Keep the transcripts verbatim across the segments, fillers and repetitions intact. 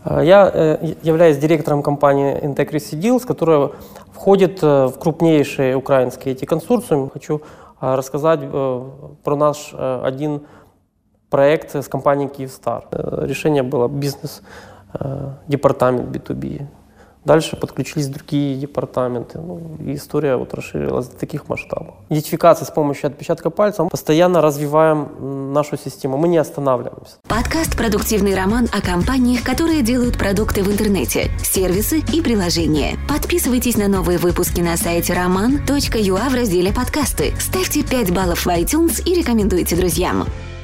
Я являюсь директором компании Integrity Deals, которая входит в крупнейший украинский ай ти-консорциум. Хочу рассказать про наш один проект с компанией Kyivstar. Решение было бизнес-департамент би ту би. Дальше подключились другие департаменты. Ну, и история вот расширилась до таких масштабов. Идентификация с помощью отпечатка пальца. Мы постоянно развиваем нашу систему. Мы не останавливаемся. Подкаст «Продуктивный роман» о компаниях, которые делают продукты в интернете, сервисы и приложения. Подписывайтесь на новые выпуски на сайте роман точка ю а в разделе «Подкасты». Ставьте пять баллов в iTunes и рекомендуйте друзьям.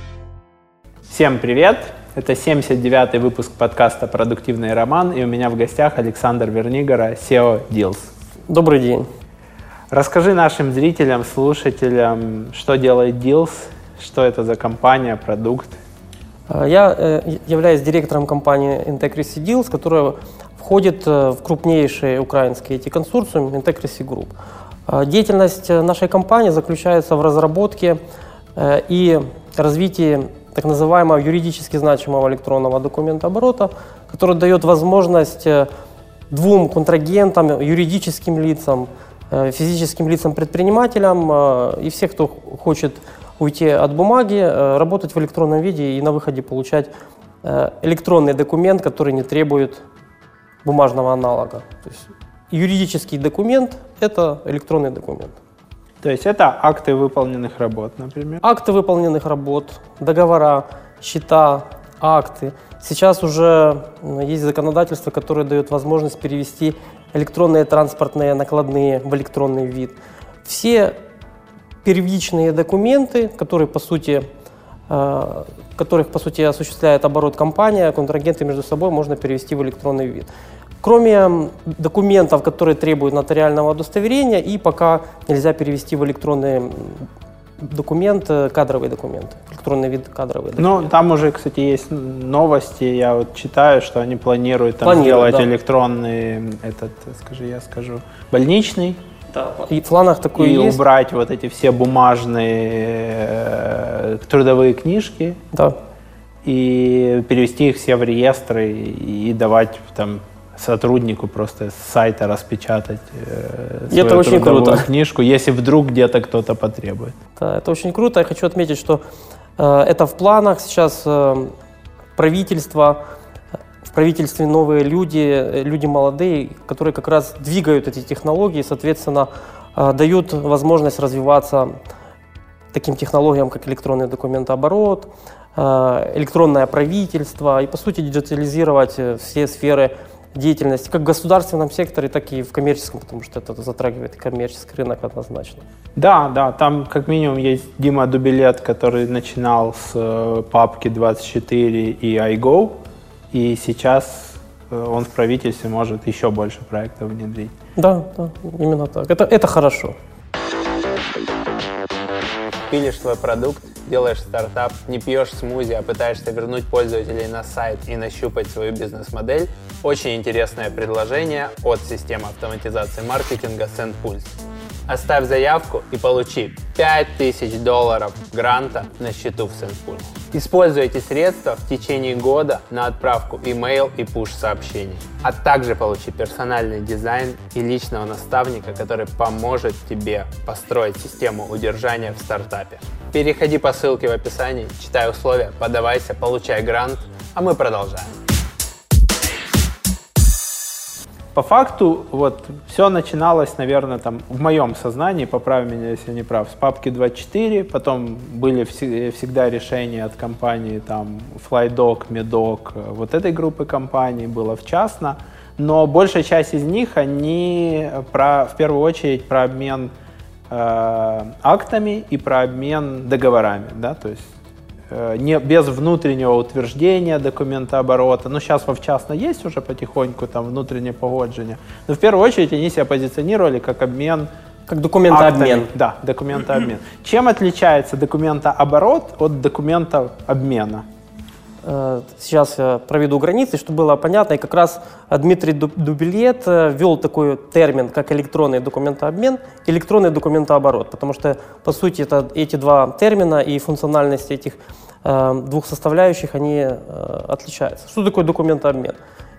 Всем привет! Это семьдесят девятый выпуск подкаста «Продуктивный роман», и у меня в гостях Александр Вернигора, си и о Deals. Добрый день. Расскажи нашим зрителям, слушателям, что делает Deals, что это за компания, продукт. Я э, являюсь директором компании Integrity Deals, которая входит в крупнейший украинский ай ти-консорциум Integrity Group. Деятельность нашей компании заключается в разработке э, и развитии так называемого юридически значимого электронного документооборота, который дает возможность двум контрагентам, юридическим лицам, физическим лицам-предпринимателям и всех, кто хочет уйти от бумаги, работать в электронном виде и на выходе получать электронный документ, который не требует бумажного аналога. То есть юридический документ – это электронный документ. То есть это акты выполненных работ, например? Акты выполненных работ, договора, счета, акты. Сейчас уже есть законодательство, которое дает возможность перевести электронные транспортные накладные в электронный вид. Все первичные документы, которые по сути, э, которых по сути осуществляет оборот компания, контрагенты между собой можно перевести в электронный вид. Кроме документов, которые требуют нотариального удостоверения, и пока нельзя перевести в электронный документ кадровый документ, электронный вид кадровый документ. Ну, там уже, кстати, есть новости, я вот читаю, что они планируют там Планируют, сделать да. электронный, этот, скажи, я скажу, больничный. Да. И в планах такое и есть. убрать вот эти все бумажные э, трудовые книжки. Да. И перевести их все в реестры и, и давать там сотруднику просто с сайта распечатать э, свою это очень трудовую круто. книжку, если вдруг где-то кто-то потребует. Да, это очень круто. Я хочу отметить, что э, это в планах. Сейчас э, правительство, в правительстве новые люди, люди молодые, которые как раз двигают эти технологии, соответственно, э, дают возможность развиваться таким технологиям, как электронный документооборот, э, электронное правительство и, по сути, диджитализировать все сферы деятельности как в государственном секторе, так и в коммерческом, потому что это затрагивает коммерческий рынок однозначно. Да, да, там как минимум есть Дима Дубилет, который начинал с э, папки двадцать четыре и iGo, и сейчас э, он в правительстве может еще больше проектов внедрить. Да, да, именно так. Это, это хорошо. Пилишь свой продукт, делаешь стартап, не пьешь смузи, а пытаешься вернуть пользователей на сайт и нащупать свою бизнес-модель. Очень интересное предложение от системы автоматизации маркетинга SendPulse. Оставь заявку и получи пять тысяч долларов гранта на счету в SendPulse. Используй эти средства в течение года на отправку email и push-сообщений. А также получи персональный дизайн и личного наставника, который поможет тебе построить систему удержания в стартапе. Переходи по ссылке в описании, читай условия, подавайся, получай грант, а мы продолжаем. По факту, вот, все начиналось, наверное, там, в моем сознании, поправь меня, если я не прав, с папки двадцать четыре, потом были вс- всегда решения от компании, там, FlyDoc, Medoc, вот этой группы компаний, было в частно, но большая часть из них, они про, в первую очередь про обмен э, актами и про обмен договорами, да, то есть не, без внутреннего утверждения документооборота. Ну, сейчас в частно есть уже потихоньку там внутреннее погоджение. Но в первую очередь они себя позиционировали как обмен Как документообмен. актами. Да, документообмен. Чем отличается документооборот от документообмена? Сейчас я проведу границы, чтобы было понятно. И как раз Дмитрий Дубилет ввел такой термин, как электронный документообмен, электронный документооборот. Потому что, по сути, это, эти два термина и функциональность этих э, двух составляющих, они э, отличаются. Что такое документообмен?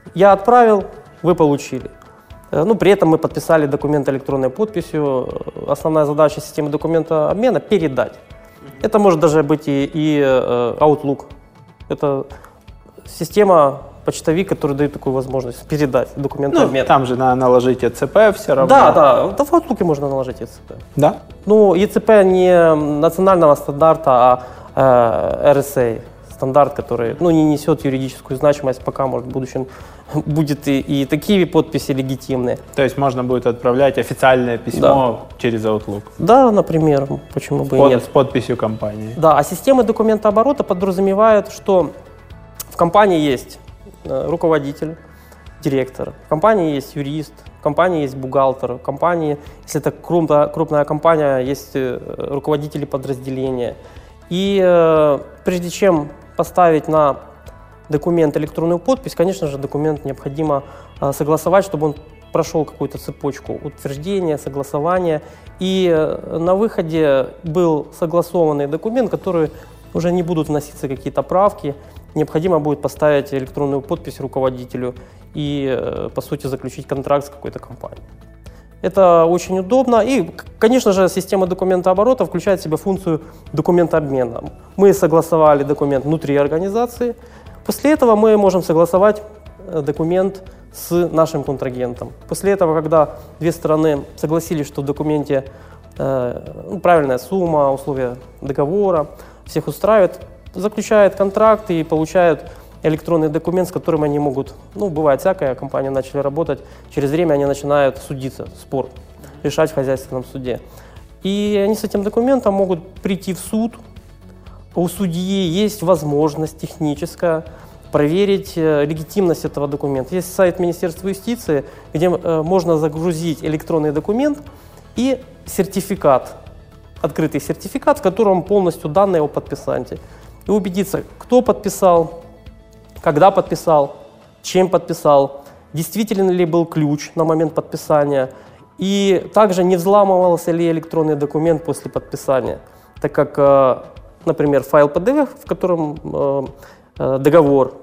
Я отправил, вы получили. Ну, при этом мы подписали документ электронной подписью. Основная задача системы документа обмена – передать. Это может даже быть и, и Outlook. Это система, почтовик, который дает такую возможность передать документы Ну, обмена. там же надо наложить и цэ пэ все равно. Да, да, да, в Outlook можно наложить и цэ пэ. Да? Ну, и цэ пэ не национального стандарта, а э, эр эс эй стандарт, который, ну, не несет юридическую значимость, пока, может, в будущем будет и, и такие подписи легитимные. То есть можно будет отправлять официальное письмо да. через Outlook? Да, например, почему бы Под, и нет. С подписью компании? Да, а система документооборота подразумевает, что в компании есть руководитель, директор, в компании есть юрист, в компании есть бухгалтер, в компании, если это крупная, крупная компания, есть руководители подразделения. И э, прежде чем поставить на документ электронную подпись, конечно же, документ необходимо э, согласовать, чтобы он прошел какую-то цепочку утверждения, согласования. И э, на выходе был согласованный документ, который уже не будут вноситься какие-то правки. Необходимо будет поставить электронную подпись руководителю и, э, по сути, заключить контракт с какой-то компанией. Это очень удобно. И, конечно же, система документооборота включает в себя функцию документообмена. Мы согласовали документ внутри организации. После этого мы можем согласовать документ с нашим контрагентом. После этого, когда две стороны согласились, что в документе э, ну, правильная сумма, условия договора, всех устраивает, заключают контракт и получают электронный документ, с которым они могут, ну, бывает всякое, компании начали работать, через время они начинают судиться, спор, решать в хозяйственном суде. И они с этим документом могут прийти в суд, у судьи есть возможность техническая проверить э, легитимность этого документа. Есть сайт Министерства юстиции, где э, можно загрузить электронный документ и сертификат, открытый сертификат, в котором полностью данные о подписанте. И убедиться, кто подписал, когда подписал, чем подписал, действительно ли был ключ на момент подписания, и также не взламывался ли электронный документ после подписания, так как, например, файл пи ди эф, в котором договор,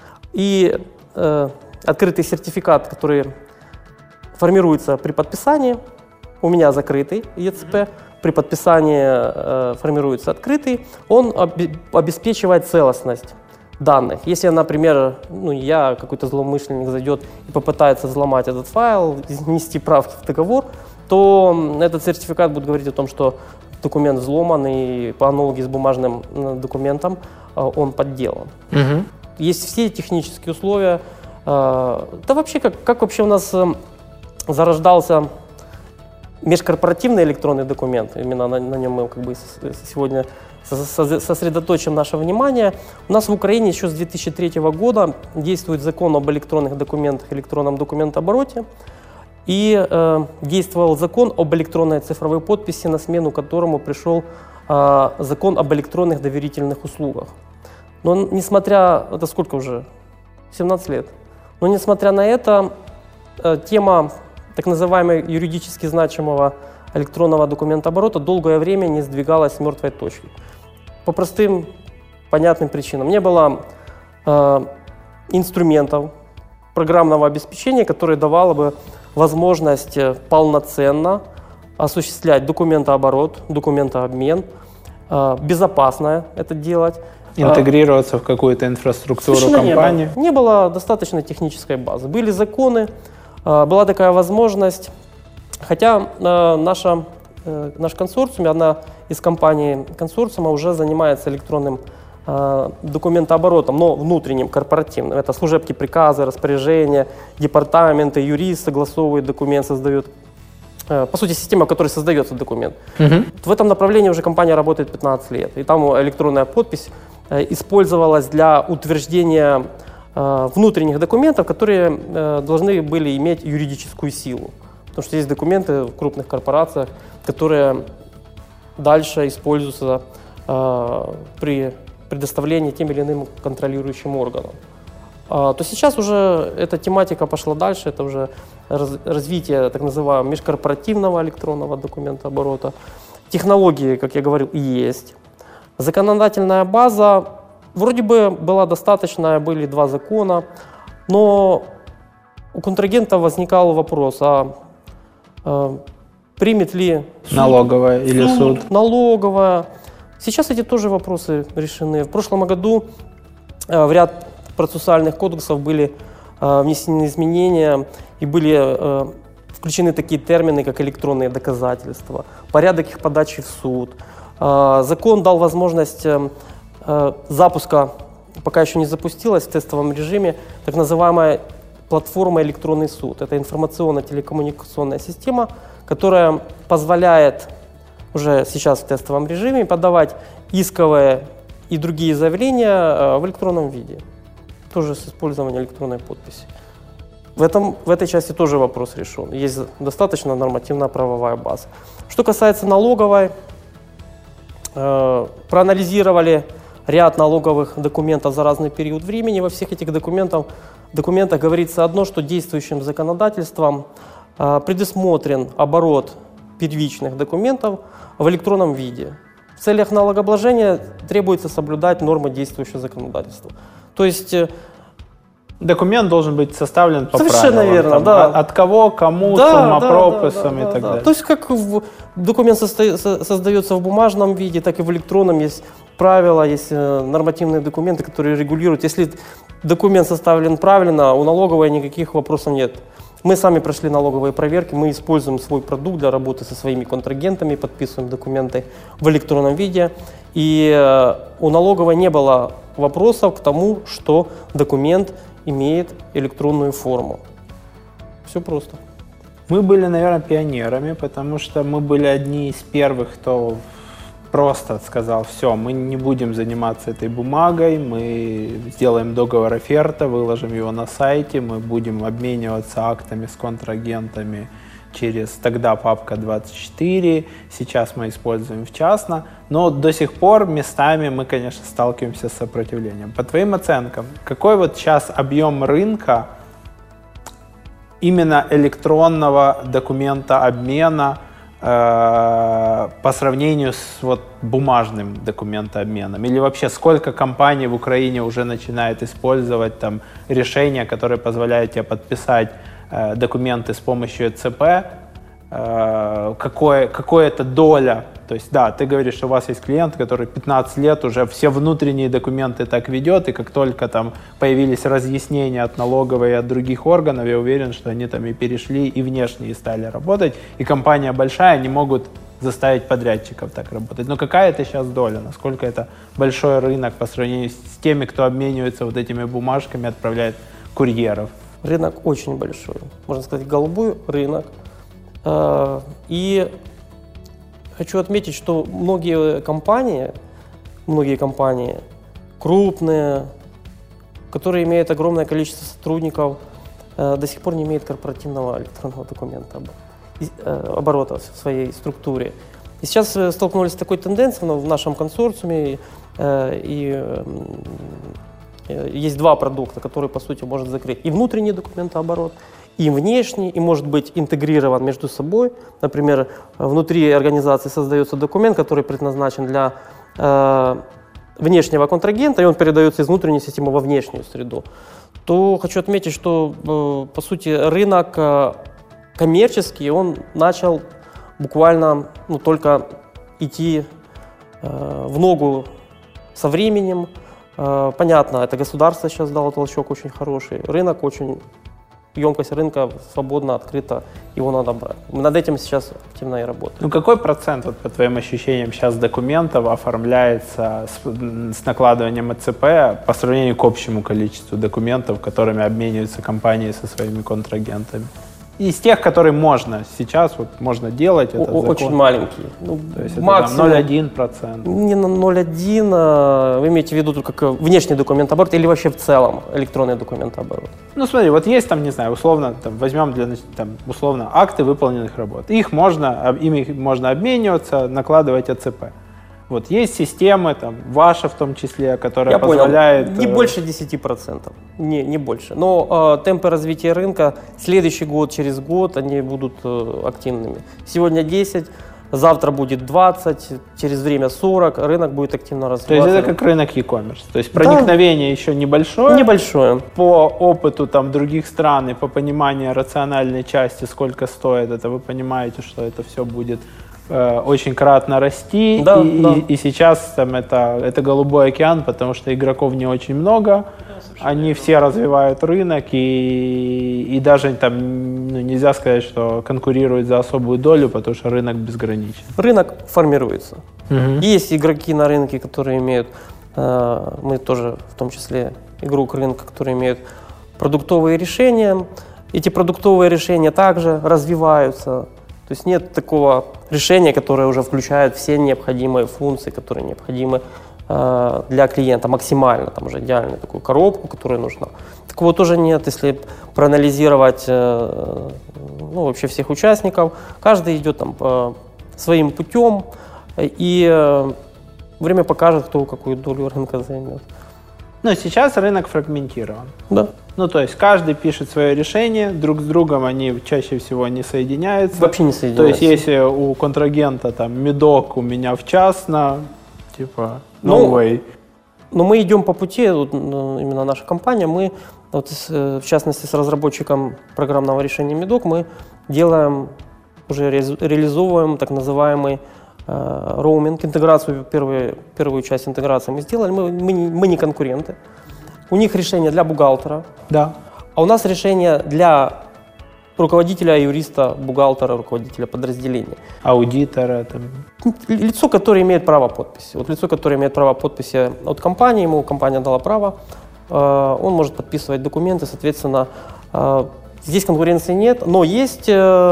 и открытый сертификат, который формируется при подписании, у меня закрытый и цэ пэ, при подписании формируется открытый, он обеспечивает целостность данных. Если, например, ну, я, какой-то злоумышленник зайдет и попытается взломать этот файл, внести правки в договор, то этот сертификат будет говорить о том, что документ взломан, и по аналогии с бумажным документом он подделан. Угу. Есть все технические условия. Да вообще, как, как вообще у нас зарождался межкорпоративный электронный документ, именно на, на нем мы как бы сегодня сосредоточим наше внимание. У нас в Украине еще с две тысячи третьего года действует закон об электронных документах, электронном документообороте, и э, действовал закон об электронной цифровой подписи, на смену которому пришел э, закон об электронных доверительных услугах. Но несмотря, это сколько уже? семнадцать лет. Но несмотря на это, э, тема так называемого юридически значимого электронного документооборота долгое время не сдвигалась с мертвой точки. По простым, понятным причинам. Не было э, инструментов программного обеспечения, которое давало бы возможность полноценно осуществлять документооборот, документообмен, э, безопасно это делать. Интегрироваться в какую-то инфраструктуру Совершенно компании? Не было. не было достаточно технической базы. Были законы, э, была такая возможность. Хотя э, наша, э, наш консорциум, одна из компаний консорциума уже занимается электронным э, документооборотом, но внутренним, корпоративным. Это служебки, приказы, распоряжения, департаменты, юрист согласовывает документ, создает. Э, по сути, система, в которой создается документ. Угу. В этом направлении уже компания работает пятнадцать лет. И там электронная подпись э, использовалась для утверждения э, внутренних документов, которые э, должны были иметь юридическую силу. Потому что есть документы в крупных корпорациях, которые дальше используются э, при предоставлении тем или иным контролирующим органам. А, то сейчас уже эта тематика пошла дальше, это уже раз, развитие так называемого межкорпоративного электронного документооборота. Технологии, как я говорил, есть. Законодательная база вроде бы была достаточная, были два закона, Но у контрагента возникал вопрос, а э, примет ли суд, налоговая или суд, суд? Налоговая. Сейчас эти тоже вопросы решены. В прошлом году э, в ряд процессуальных кодексов были э, внесены изменения и были э, включены такие термины, как электронные доказательства, порядок их подачи в суд. Э, закон дал возможность э, э, запуска, пока еще не запустилась в тестовом режиме, так называемая платформа «Электронный суд». Это информационно-телекоммуникационная система, которая позволяет уже сейчас в тестовом режиме подавать исковые и другие заявления в электронном виде, тоже с использованием электронной подписи. В, этом, в этой части тоже вопрос решен. Есть достаточно нормативная правовая база. Что касается налоговой, э, проанализировали ряд налоговых документов за разный период времени. Во всех этих документах, документах говорится одно, что действующим законодательством э, предусмотрен оборот первичных документов в электронном виде. В целях налогообложения требуется соблюдать нормы действующего законодательства. То есть документ должен быть составлен по совершенно правилам. Верно, там, да. От кого, кому, да, сумма да, прописом да, да, и да, так да. далее. То есть как в, документ состо, создается в бумажном виде, так и в электронном есть правила, есть нормативные документы, которые регулируют. Если документ составлен правильно, у налоговой никаких вопросов нет. Мы сами прошли налоговые проверки, мы используем свой продукт для работы со своими контрагентами, подписываем документы в электронном виде. И э, у налоговой не было вопросов к тому, что документ имеет электронную форму. Все просто. Мы были, наверное, пионерами, потому что мы были одни из первых, кто просто сказал: все, мы не будем заниматься этой бумагой, мы сделаем договор оферта, выложим его на сайте, мы будем обмениваться актами с контрагентами через тогда папка двадцать четыре, сейчас мы используем в частно, но до сих пор местами мы, конечно, сталкиваемся с сопротивлением. По твоим оценкам, какой вот сейчас объем рынка именно электронного документа обмена по сравнению с вот бумажным документообменом? Или вообще сколько компаний в Украине уже начинает использовать там решения, которые позволяют тебе подписать э, документы с помощью э цэ пэ? Э, какое, какое это доля? То есть да, ты говоришь, что у вас есть клиент, который пятнадцать лет уже все внутренние документы так ведет, и как только там появились разъяснения от налоговой и от других органов, я уверен, что они там и перешли, и внешние стали работать, и компания большая, они могут заставить подрядчиков так работать. Но какая это сейчас доля? Насколько это большой рынок по сравнению с теми, кто обменивается вот этими бумажками, отправляет курьеров? Рынок очень большой. Можно сказать, голубой рынок. И хочу отметить, что многие компании, многие компании крупные, которые имеют огромное количество сотрудников, до сих пор не имеют корпоративного электронного документа оборота в своей структуре. И сейчас столкнулись с такой тенденцией в нашем консорциуме, и есть два продукта, которые, по сути, может закрыть и внутренний документооборот, и внешний, и может быть интегрирован между собой. Например, внутри организации создается документ, который предназначен для э, внешнего контрагента, и он передается из внутренней системы во внешнюю среду. То хочу отметить, что, э, по сути, рынок э, коммерческий, он начал буквально ну, только идти э, в ногу со временем. Э, понятно, это государство сейчас дало толчок очень хороший, рынок очень... Емкость рынка свободно, открыта, его надо брать. Мы над этим сейчас активно и работаем. Ну какой процент, вот, по твоим ощущениям, сейчас документов оформляется с, с накладыванием э цэ пэ по сравнению к общему количеству документов, которыми обмениваются компании со своими контрагентами? Из тех, которые можно сейчас, вот можно делать, этот О- Очень маленький. Ну, то есть максимум, это ноль целых одна десятая процента. Не на ноль целых одна десятая, вы имеете в виду только как внешний документооборот или вообще в целом электронный документооборот? Ну смотри, вот есть там, не знаю, условно, там, возьмем для, там, условно акты выполненных работ. Их можно, ими можно обмениваться, накладывать э цэ пэ. Вот есть системы, там, ваша в том числе, которая Я позволяет... понял. Не больше десяти процентов, не, не больше. Но э, темпы развития рынка следующий год, через год, они будут э, активными. Сегодня десять, завтра будет двадцать, через время сорок, рынок будет активно развиваться. То есть это как рынок e-commerce, то есть проникновение да. еще небольшое. Небольшое. По опыту там, других стран и по пониманию рациональной части, сколько стоит, это вы понимаете, что это все будет э, очень кратно расти. Да, и, да. И, и сейчас там, это, это голубой океан, потому что игроков не очень много. Они все развивают рынок, и, и даже там ну, нельзя сказать, что конкурируют за особую долю, потому что рынок безграничен. Рынок формируется. Угу. Есть игроки на рынке, которые имеют, э, мы тоже в том числе игрок рынка, которые имеют продуктовые решения. Эти продуктовые решения также развиваются. То есть нет такого решения, которое уже включает все необходимые функции, которые необходимы для клиента максимально, там уже идеальную такую коробку, которая нужна. Такого тоже нет, если проанализировать ну, вообще всех участников. Каждый идет там по своим путем, и время покажет, кто какую долю рынка займет. Но сейчас рынок фрагментирован. Да. Ну, то есть каждый пишет свое решение, друг с другом они чаще всего не соединяются. Вообще не соединяются. То есть если у контрагента там медок, у меня в частно, типа, no ну, way. Но мы идем по пути, вот, именно наша компания, мы, вот, в частности, с разработчиком программного решения медок, мы делаем, уже ре, реализовываем так называемый э, роуминг, интеграцию, первую, первую часть интеграции мы сделали, мы, мы, не, мы не конкуренты. У них решение для бухгалтера, да. А у нас решение для руководителя, юриста, бухгалтера, руководителя подразделения. Аудитора. Там. Лицо, которое имеет право подписи. Вот лицо, которое имеет право подписи от компании, ему компания дала право, э, он может подписывать документы, соответственно, э, здесь конкуренции нет, но есть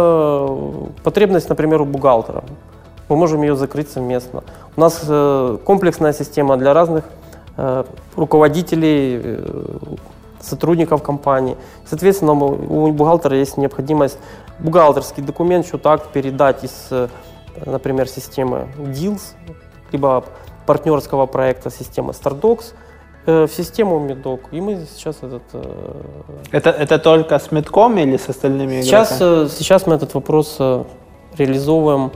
э, потребность, например, у бухгалтера. Мы можем ее закрыть совместно. У нас э, комплексная система для разных э, руководителей, э, сотрудников компании. Соответственно, у бухгалтера есть необходимость бухгалтерский документ, счет-акт передать из, например, системы дилс, либо партнерского проекта системы StarDocs в систему Медок. И мы сейчас этот... Это, это только с Медком или с остальными сейчас, игроками? Сейчас мы этот вопрос реализовываем,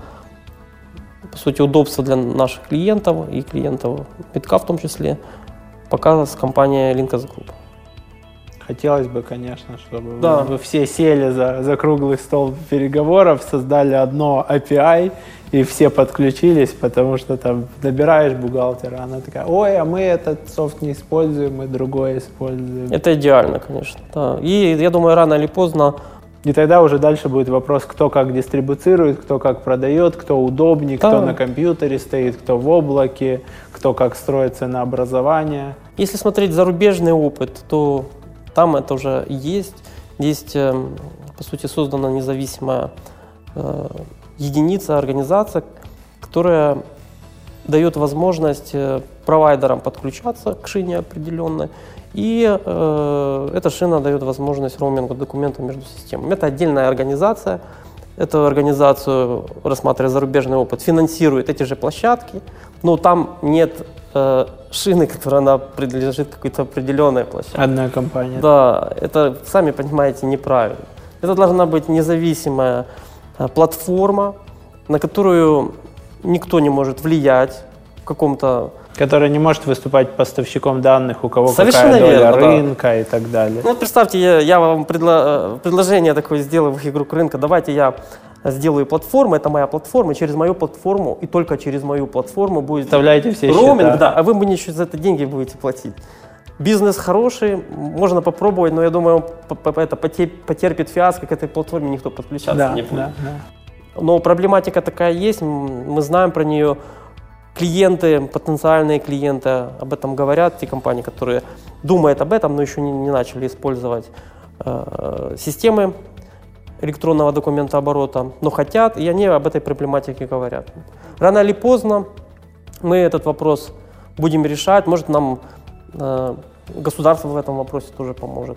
по сути, удобство для наших клиентов и клиентов Медка в том числе, пока с компанией Linkos Group. Хотелось бы, конечно, чтобы да. вы, вы все сели за, за круглый стол переговоров, создали одно эй пи ай, и все подключились, потому что там набираешь бухгалтера, она такая, ой, а мы этот софт не используем, мы другой используем. Это идеально, конечно. Да. И я думаю, рано или поздно... И тогда уже дальше будет вопрос, кто как дистрибуцирует, кто как продает, кто удобнее, да. Кто на компьютере стоит, кто в облаке, кто как строит ценообразование. Если смотреть зарубежный опыт, то там это уже есть. Есть, по сути, создана независимая э, единица, организация, которая дает возможность провайдерам подключаться к шине определенной. И э, эта шина дает возможность роуминга документов между системами. Это отдельная организация. Эту организацию, рассматривая зарубежный опыт, финансирует эти же площадки, но там нет э, шины, которая она принадлежит какой-то определенной площадке. Одна компания. Да, это, сами понимаете, неправильно. Это должна быть независимая э, платформа, на которую никто не может влиять в каком-то... Которая не может выступать поставщиком данных, у кого Совершенно какая доля верно, рынка да. И так далее. Ну, вот представьте, я, я вам предло, предложение такое сделаю в игру рынка. Давайте я сделаю платформу, это моя платформа, и через мою платформу, и только через мою платформу будет вставляйте все роуминг, счета. Да, а вы мне еще за это деньги будете платить. Бизнес хороший, можно попробовать, но я думаю, это потерпит фиаско, к этой платформе никто подключаться да, не будет. Да, да. Но проблематика такая есть, мы знаем про нее. Клиенты, потенциальные клиенты об этом говорят, те компании, которые думают об этом, но еще не, не начали использовать э, системы электронного документооборота, но хотят, и они об этой проблематике говорят. Рано или поздно мы этот вопрос будем решать, может нам э, государство в этом вопросе тоже поможет.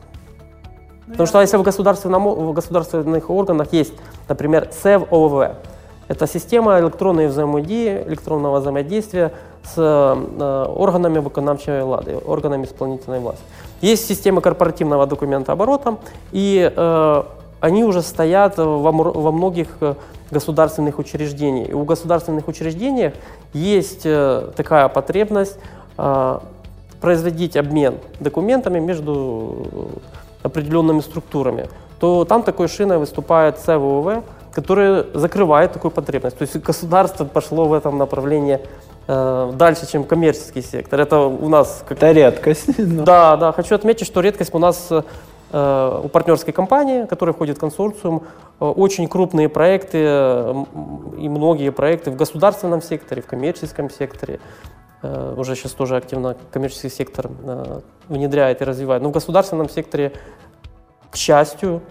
Потому что если в, государственном, в государственных органах есть, например, сэв о вэ вэ, это система электронной взаимодействия, электронного взаимодействия с э, органами виконавчої влади, органами исполнительной власти. Есть система корпоративного документооборота, и э, они уже стоят во, во многих государственных учреждениях. И у государственных учреждений есть такая потребность производить обмен документами между определенными структурами. То там такой шиной выступает С В У В, который закрывает такую потребность. То есть государство пошло в этом направлении э, дальше, чем коммерческий сектор. Это у нас... Как... Это редкость. Но... Да, да. Хочу отметить, что редкость у нас э, у партнерской компании, которая входит в консорциум, э, очень крупные проекты э, и многие проекты в государственном секторе, в коммерческом секторе. Э, уже сейчас тоже активно коммерческий сектор э, внедряет и развивает. Но в государственном секторе, к счастью,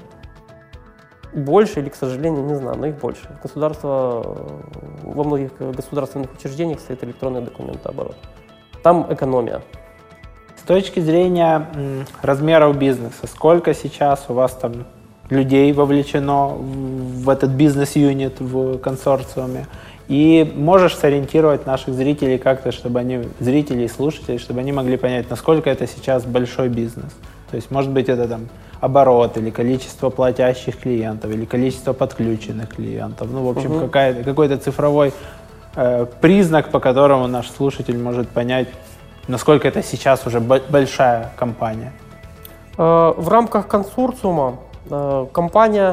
больше или, к сожалению, не знаю, но их больше. Государство, во многих государственных учреждениях стоит электронный документооборот. Там экономия. С точки зрения м, размеров бизнеса, сколько сейчас у вас там людей вовлечено в, в этот бизнес-юнит в консорциуме? И можешь сориентировать наших зрителей как-то, чтобы они, зрителей и слушателей, чтобы они могли понять, насколько это сейчас большой бизнес? То есть, может быть, это там оборот, или количество платящих клиентов, или количество подключенных клиентов. Ну, в общем, uh-huh. какая, какой-то цифровой э, признак, по которому наш слушатель может понять, насколько это сейчас уже б- большая компания. Э, в рамках консорциума э, компания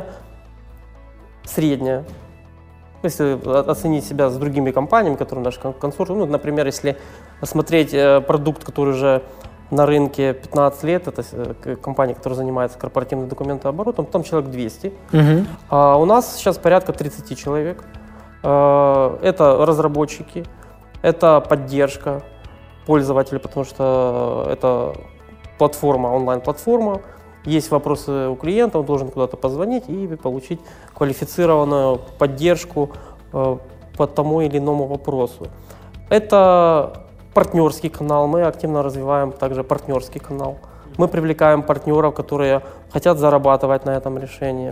средняя. Если оценить себя с другими компаниями, которые наш консорциум, ну, например, если смотреть э, продукт, который уже на рынке пятнадцать лет, это компания, которая занимается корпоративным документооборотом, там человек двести. Uh-huh. А у нас сейчас порядка тридцать человек. Это разработчики, это поддержка пользователей, потому что это платформа, онлайн-платформа. Есть вопросы у клиента, он должен куда-то позвонить и получить квалифицированную поддержку по тому или иному вопросу. Это партнерский канал, мы активно развиваем также партнерский канал. Мы привлекаем партнеров, которые хотят зарабатывать на этом решении.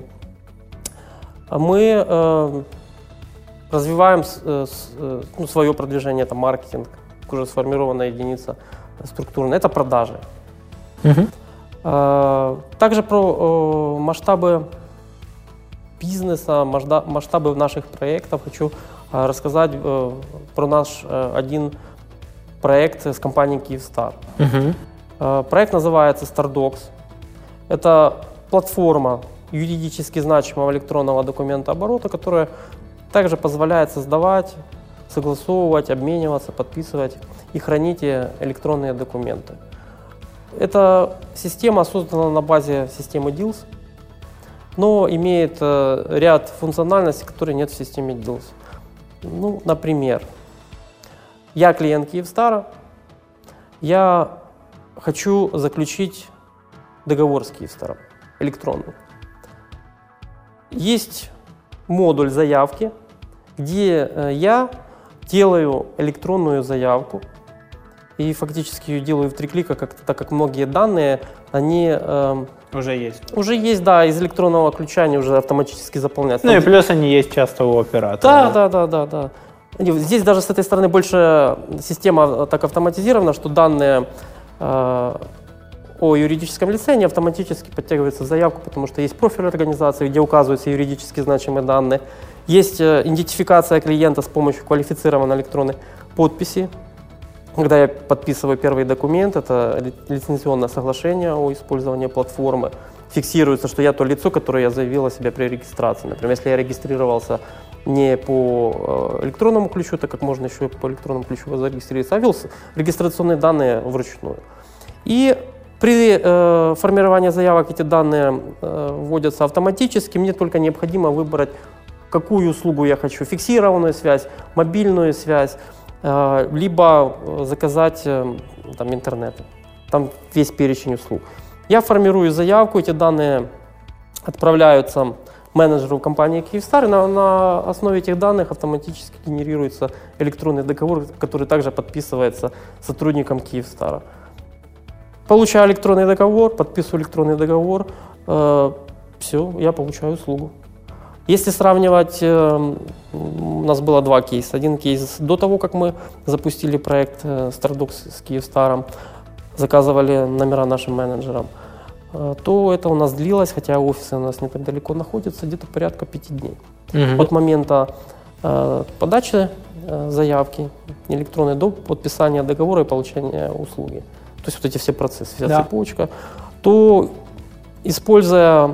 Мы э, развиваем с, с, ну, свое продвижение, это маркетинг, уже сформированная единица структурная, это продажи. Uh-huh. Э, также про э, масштабы бизнеса, масштабы наших проектов хочу э, рассказать э, про наш э, один проект с компанией Kyivstar. Uh-huh. Проект называется StarDocs. Это платформа юридически значимого электронного документооборота, которая также позволяет создавать, согласовывать, обмениваться, подписывать и хранить электронные документы. Эта система создана на базе системы дилс, но имеет ряд функциональностей, которые нет в системе дилс. Ну, например, я клиент Kyivstar, я хочу заключить договор с Kyivstar электронный. Есть модуль заявки, где я делаю электронную заявку и фактически ее делаю в три клика, как, так как многие данные, они э, уже есть. Уже есть, да, из электронного ключа они уже автоматически заполняются. Ну и плюс они есть часто у оператора. Да, да, да, да, да. Здесь даже с этой стороны больше система так автоматизирована, что данные э, о юридическом лице они автоматически подтягиваются в заявку, потому что есть профиль организации, где указываются юридически значимые данные. Есть э, идентификация клиента с помощью квалифицированной электронной подписи. Когда я подписываю первый документ, это лицензионное соглашение о использовании платформы. Фиксируется, что я то лицо, которое я заявил о себе при регистрации. Например, если я регистрировался не по электронному ключу, так как можно еще по электронному ключу зарегистрироваться, а ввел регистрационные данные вручную. И при э, формировании заявок эти данные э, вводятся автоматически. Мне только необходимо выбрать, какую услугу я хочу. Фиксированную связь, мобильную связь, э, либо заказать э, там, интернет. Там весь перечень услуг. Я формирую заявку, эти данные отправляются менеджеру компании Kyivstar, и на, на основе этих данных автоматически генерируется электронный договор, который также подписывается сотрудником Kyivstar. Получаю электронный договор, подписываю электронный договор, э, все, я получаю услугу. Если сравнивать, э, у нас было два кейса. Один кейс до того, как мы запустили проект э, StarDocs с Kyivstar, заказывали номера нашим менеджерам. то это у нас длилось, хотя офисы у нас не так далеко находятся, где-то порядка пяти дней. Мгм. От момента э, подачи э, заявки электронной до подписания договора и получения услуги. То есть вот эти все процессы, вся Да. цепочка. То, используя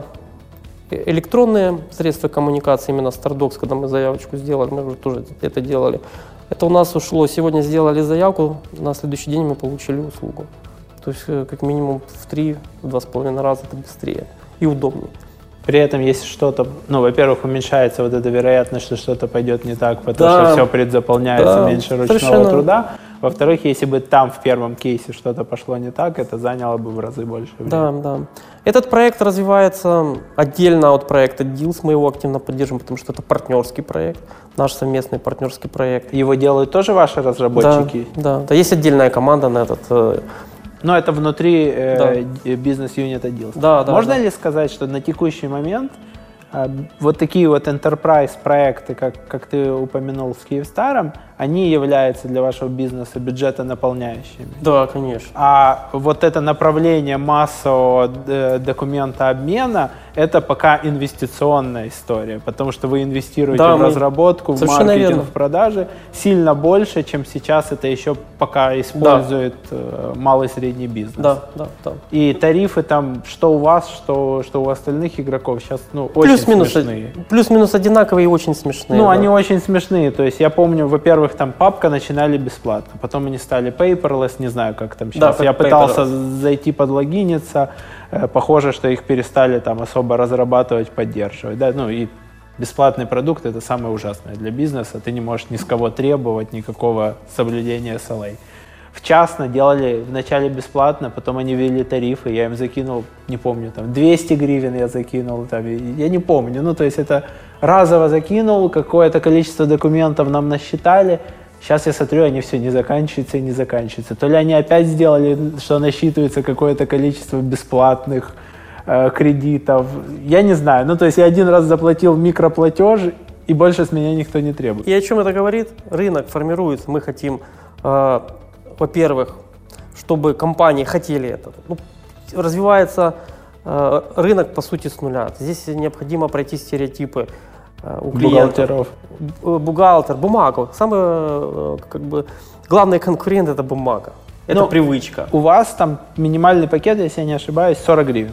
электронные средства коммуникации, именно StarDocs, когда мы заявочку сделали, мы уже тоже это делали, это у нас ушло, сегодня сделали заявку, на следующий день мы получили услугу. То есть э, как минимум в три, в два с половиной раза это быстрее и удобнее. При этом, если что-то, ну, во-первых, уменьшается вот эта вероятность, что что-то пойдет не так, потому Да. что все предзаполняется, Да, меньше ручного совершенно. труда. Во-вторых, если бы там в первом кейсе что-то пошло не так, это заняло бы в разы больше времени. Да, да. Этот проект развивается отдельно от проекта дилс, мы его активно поддерживаем, потому что это партнерский проект, наш совместный партнерский проект. Его делают тоже ваши разработчики? Да, да, да, есть отдельная команда на этот. э, Но это внутри э, д- бизнес-юнита дилс. Да, да, Можно да. ли сказать, что на текущий момент э, вот такие вот enterprise проекты, как, как ты упомянул с Киевстаром, они являются для вашего бизнеса бюджетонаполняющими? Да, конечно. А вот это направление массового э, документообмена – это пока инвестиционная история, потому что вы инвестируете Да, в мы- разработку, в Совершенно маркетинг, верно. в продажи сильно больше, чем сейчас это еще пока использует э, малый и средний бизнес. Да, да, да. И тарифы там, что у вас, что, что у остальных игроков, сейчас ну, очень Плюс-минус, смешные. плюс-минус одинаковые и очень смешные. Ну, да. они очень смешные. То есть я помню, во-первых, там папка начинали бесплатно, потом они стали paperless, не знаю, как там сейчас. Да, я как пытался paperless. зайти подлогиниться, э, похоже, что их перестали там особо разрабатывать, поддерживать. Да? Ну и бесплатный продукт — это самое ужасное для бизнеса. Ты не можешь ни с кого требовать никакого соблюдения эс эл эй. В частно делали вначале бесплатно, потом они ввели тарифы, я им закинул, не помню, там двести гривен я закинул, там, и- я не помню. Ну, то есть это разово закинул, какое-то количество документов нам насчитали. Сейчас я смотрю, они все не заканчиваются и не заканчиваются. То ли они опять сделали, что насчитывается какое-то количество бесплатных э, кредитов. Я не знаю. Ну, то есть я один раз заплатил микроплатеж, и больше с меня никто не требует. И о чем это говорит? Рынок формируется. Мы хотим, э, во-первых, чтобы компании хотели это. Ну, развивается э, рынок, по сути, с нуля. Здесь необходимо пройти стереотипы э, у клиентов. Бухгалтеров. Б- Бухгалтер, бумага. Самый э, как бы, главный конкурент – это бумага. Это Ну, привычка. У вас там минимальный пакет, если я не ошибаюсь, сорок гривен.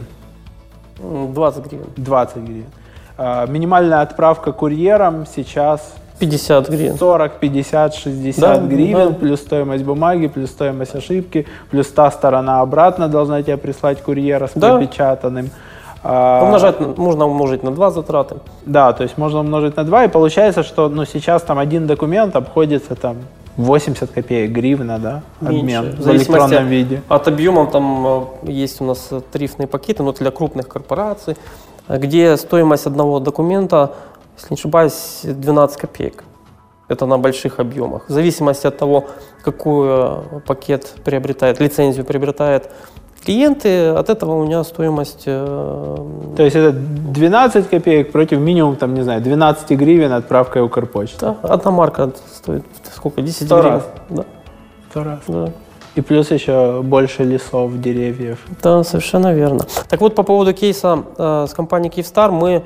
М, двадцать гривен. двадцать гривен. А, минимальная отправка курьером сейчас пятьдесят гривен. сорок, пятьдесят, шестьдесят Да, гривен, да. плюс стоимость бумаги, плюс стоимость ошибки, плюс та сторона обратно должна тебе прислать курьера с Да. пропечатанным. А, Умножать, на- можно умножить на два затраты. Да, то есть можно умножить на два, и получается, что ну, сейчас там один документ обходится там восемьдесят копеек, гривна, да, обмен Меньше. в электронном виде. От объема там э, есть у нас э, тарифные пакеты, но для крупных корпораций, э, где стоимость одного документа, если не ошибаюсь, двенадцать копеек. Это на больших объемах. В зависимости от того, какой э, пакет приобретает, лицензию приобретает клиенты, от этого у меня стоимость... э, То есть это двенадцать копеек против минимум, там, не знаю, двенадцать гривен отправкой Укрпочты. да, одна марка стоит сколько? десять Сто гривен? раз. Да, Сто раз. да. И плюс еще больше лесов, деревьев. Да, совершенно верно. Так вот, по поводу кейса э, с компанией Киевстар, мы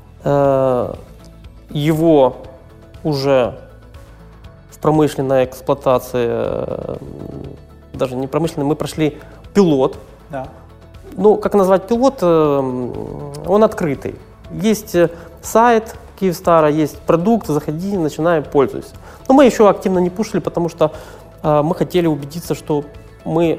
э, его уже в промышленной эксплуатации, э, даже не промышленной, мы прошли пилот. Да. Ну, как назвать пилот? Э, он открытый. Есть э, сайт Киевстара, есть продукт, заходи, начинай, пользуйся. Но мы еще активно не пушили, потому что э, мы хотели убедиться, что мы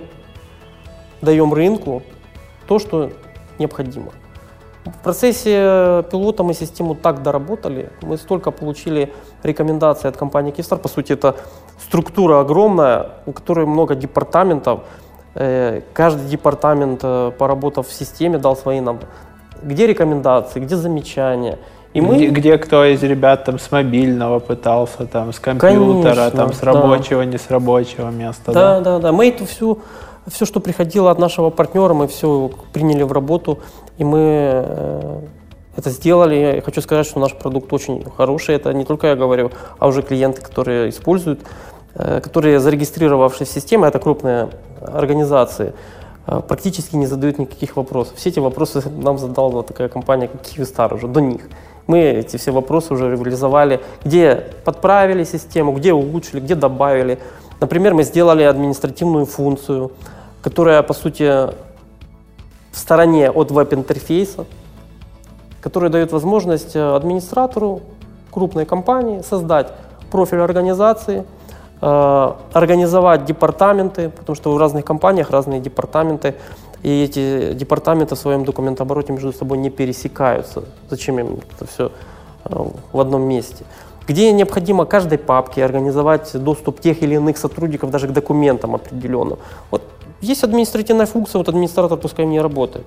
даем рынку то, что необходимо. В процессе пилота мы систему так доработали, мы столько получили рекомендаций от компании Киевстар. По сути, это структура огромная, у которой много департаментов. Э, Каждый департамент, э, поработав в системе, дал свои нам, где рекомендации, где замечания. И мы... Где, где кто из ребят там с мобильного пытался, там с компьютера, Конечно, там с да. рабочего, не с рабочего места. Да, да, да. Мы эту всю, все, что приходило от нашего партнера, мы все приняли в работу, и мы э, это сделали. Я хочу сказать, что наш продукт очень хороший. Это не только я говорю, а уже клиенты, которые используют, э, которые зарегистрировавшись в системе, это крупные организации, практически не задают никаких вопросов. Все эти вопросы нам задала вот такая компания, как Kyivstar, уже до них. Мы эти все вопросы уже реализовали, где подправили систему, где улучшили, где добавили. Например, мы сделали административную функцию, которая, по сути, в стороне от веб-интерфейса, которая дает возможность администратору крупной компании создать профиль организации, э, организовать департаменты, потому что в разных компаниях разные департаменты, и эти департаменты в своем документообороте между собой не пересекаются. Зачем им это все э, в одном месте? Где необходимо каждой папке организовать доступ тех или иных сотрудников даже к документам определенным. Вот есть административная функция, вот администратор пускай в ней работает.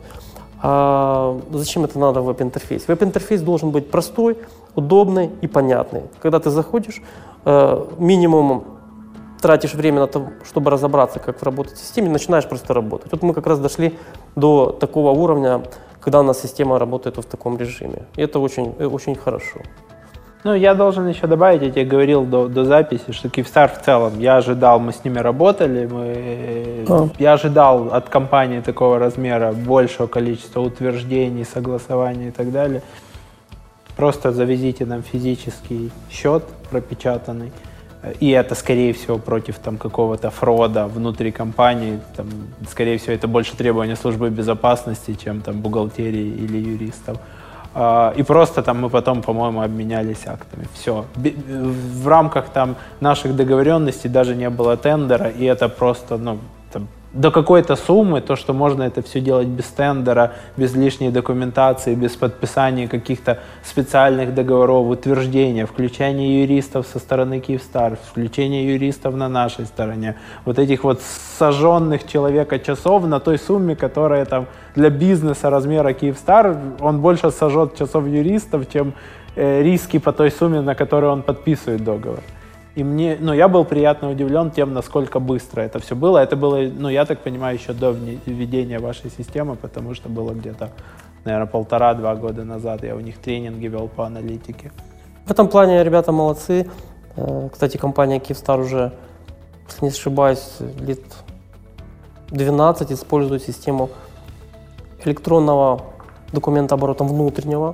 А зачем это надо в веб-интерфейс? Веб-интерфейс должен быть простой, удобный и понятный. Когда ты заходишь, э, минимум тратишь время на то, чтобы разобраться, как работать в системе, начинаешь просто работать. Вот мы как раз дошли до такого уровня, когда у нас система работает в таком режиме. И это очень, очень хорошо. Ну, я должен еще добавить, я тебе говорил до, до записи, что Kyivstar в целом, я ожидал, мы с ними работали, мы, а. я ожидал от компании такого размера большего количества утверждений, согласований и так далее. Просто завезите нам физический счет пропечатанный, и это, скорее всего, против там какого-то фрода внутри компании, там, скорее всего, это больше требования службы безопасности, чем там бухгалтерии или юристов. И просто там мы потом, по-моему, обменялись актами. Все. В рамках там наших договоренностей даже не было тендера, и это просто, ну, там, до какой-то суммы, то, что можно это все делать без тендера, без лишней документации, без подписания каких-то специальных договоров, утверждения, включения юристов со стороны Kyivstar, включения юристов на нашей стороне. Вот этих вот сожженных человека часов на той сумме, которая там для бизнеса размера Kyivstar, он больше сожжет часов юристов, чем э, риски по той сумме, на которую он подписывает договор. И мне, ну, я был приятно удивлен тем, насколько быстро это все было. Это было, ну, я так понимаю, еще до введения вашей системы, потому что было где-то, наверное, полтора-два года назад я у них тренинги вел по аналитике. В этом плане ребята молодцы. Кстати, компания Kyivstar уже, если не ошибаюсь, лет двенадцать использует систему электронного документооборота внутреннего.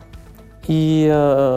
И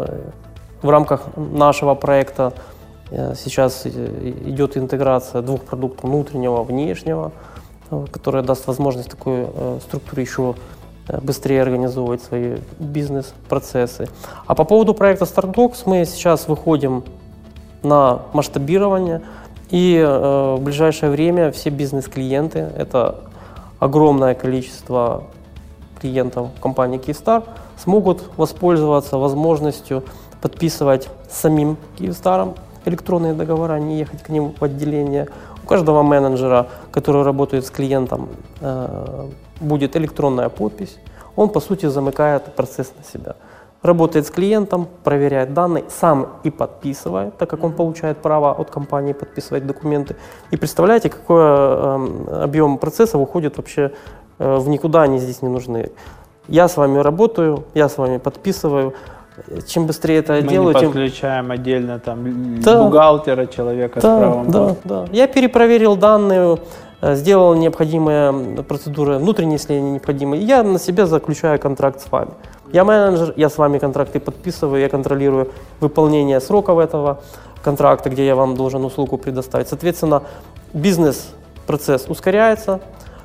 в рамках нашего проекта сейчас идет интеграция двух продуктов, внутреннего, внешнего, которая даст возможность такой структуре еще быстрее организовывать свои бизнес-процессы. А по поводу проекта StarDocs мы сейчас выходим на масштабирование, и в ближайшее время все бизнес-клиенты, это огромное количество клиентов компании Kyivstar, смогут воспользоваться возможностью подписывать самим Kyivstar электронные договора, не ехать к ним в отделение. У каждого менеджера, который работает с клиентом, будет электронная подпись. Он, по сути, замыкает процесс на себя. Работает с клиентом, проверяет данные, сам и подписывает, так как он получает право от компании подписывать документы. И представляете, какой объем процессов уходит вообще в никуда, они здесь не нужны. Я с вами работаю, я с вами подписываю. Чем быстрее это Мы делаю, не тем... подключаем отдельно там да, бухгалтера, человека да, с правом. Да, да. Я перепроверил данные, сделал необходимые процедуры внутренние, если они необходимы. Я на себя заключаю контракт с вами. Я менеджер, я с вами контракты подписываю, я контролирую выполнение сроков этого контракта, где я вам должен услугу предоставить. Соответственно, бизнес-процесс ускоряется,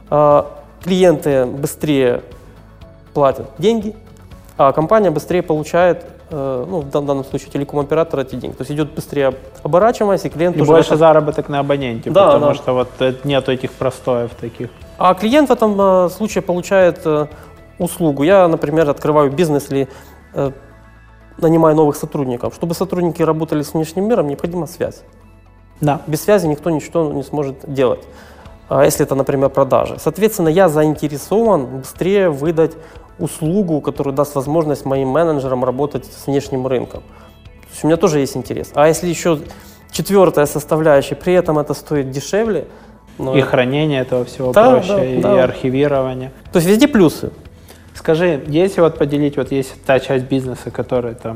клиенты быстрее платят деньги, а компания быстрее получает, ну, в данном случае телеком-оператор, эти деньги. То есть идет быстрее оборачиваемость, и клиент... И уже больше это... заработок на абоненте, да, потому да. что вот нет этих простоев таких. А клиент в этом случае получает услугу. Я, например, открываю бизнес или э, нанимаю новых сотрудников. Чтобы сотрудники работали с внешним миром, необходима связь. Да. Без связи никто ничего не сможет делать, а если это, например, продажи. Соответственно, я заинтересован быстрее выдать услугу, которая даст возможность моим менеджерам работать с внешним рынком. То есть у меня тоже есть интерес. А если еще четвертая составляющая, при этом это стоит дешевле. И это... хранение этого всего да, проще, да, и да. архивирование. То есть везде плюсы. Скажи, если вот поделить, вот есть та часть бизнеса, которая там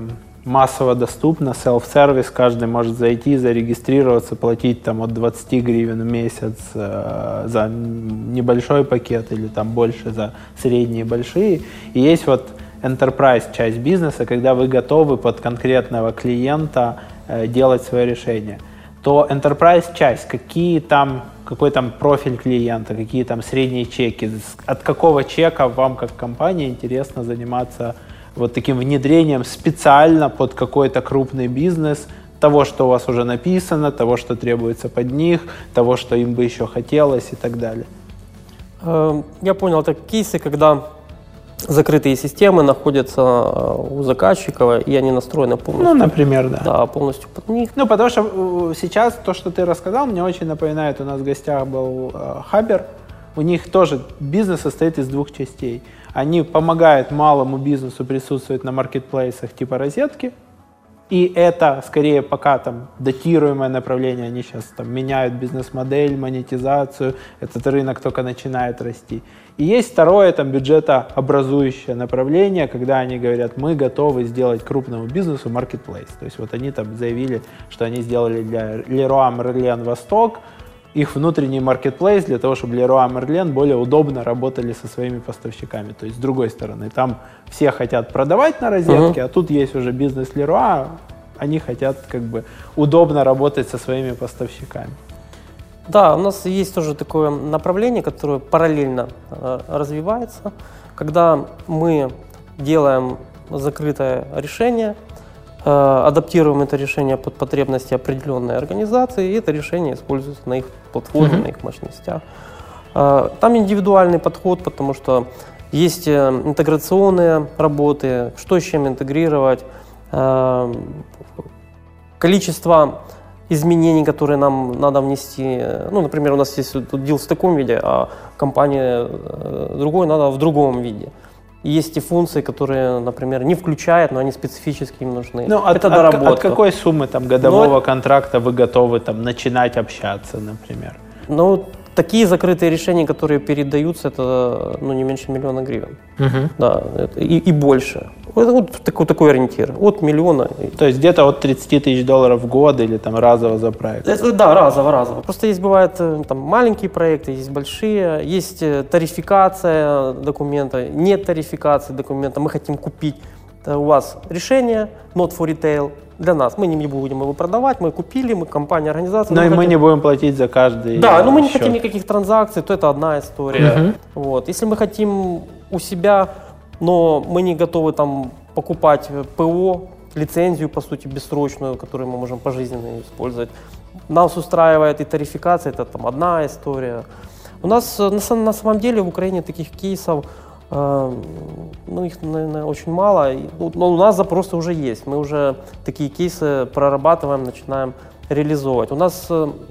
массово доступно, селф-сервис, каждый может зайти, зарегистрироваться, платить там от двадцати гривен в месяц э, за небольшой пакет или там больше за средние и большие. И есть вот enterprise часть бизнеса, когда вы готовы под конкретного клиента э, делать свое решение. То enterprise часть, какие там, какой там профиль клиента, какие там средние чеки, от какого чека вам как компания интересно заниматься вот таким внедрением специально под какой-то крупный бизнес, того, что у вас уже написано, того, что требуется под них, того, что им бы еще хотелось и так далее. Я понял, это кейсы, когда закрытые системы находятся у заказчиков, и они настроены полностью. Ну, например, да. Да, полностью под них. Ну, потому что сейчас то, что ты рассказал, мне очень напоминает, у нас в гостях был Хабер. У них тоже бизнес состоит из двух частей. Они помогают малому бизнесу присутствовать на маркетплейсах типа розетки. И это скорее пока там датируемое направление. Они сейчас там меняют бизнес-модель, монетизацию. Этот рынок только начинает расти. И есть второе там бюджетообразующее направление, когда они говорят, мы готовы сделать крупному бизнесу маркетплейс. То есть вот они там заявили, что они сделали для Leroy Merlin Восток их внутренний маркетплейс для того, чтобы Leroy Merlin более удобно работали со своими поставщиками. То есть с другой стороны, там все хотят продавать на розетке, uh-huh. а тут есть уже бизнес Leroy, они хотят как бы удобно работать со своими поставщиками. Да, у нас есть тоже такое направление, которое параллельно э, развивается, когда мы делаем закрытое решение, адаптируем это решение под потребности определенной организации, и это решение используется на их платформе, mm-hmm. на их мощностях. Там индивидуальный подход, потому что есть интеграционные работы, что с чем интегрировать, количество изменений, которые нам надо внести. Ну, например, у нас есть тут дил в таком виде, а компания другой надо в другом виде. Есть и функции, которые, например, не включают, но они специфически им нужны. Ну, от, это от, доработка. От какой суммы там, годового но, контракта вы готовы там, начинать общаться, например? Ну, такие закрытые решения, которые передаются, это ну, не меньше миллиона гривен. Угу. Да, это, и, и больше. Это вот такой, такой ориентир. От миллиона. То есть где-то от тридцати тысяч долларов в год или там разово за проект? Это, да, разово, разово. Просто есть, бывают там маленькие проекты, есть большие, есть тарификация документа, нет тарификации документа. Мы хотим купить у вас решение, not for retail, для нас. Мы не будем его продавать, мы купили, мы компания, организация. Но и хотим... мы не будем платить за каждый Да, но мы не счет. хотим никаких транзакций, то это одна история. Uh-huh. Вот. Если мы хотим у себя, но мы не готовы там покупать ПО, лицензию, по сути, бессрочную, которую мы можем пожизненно использовать, нас устраивает и тарификация, это там одна история. У нас на, на самом деле в Украине таких кейсов ну, их, наверное, очень мало, но у нас запросы уже есть. Мы уже такие кейсы прорабатываем, начинаем реализовывать. У нас,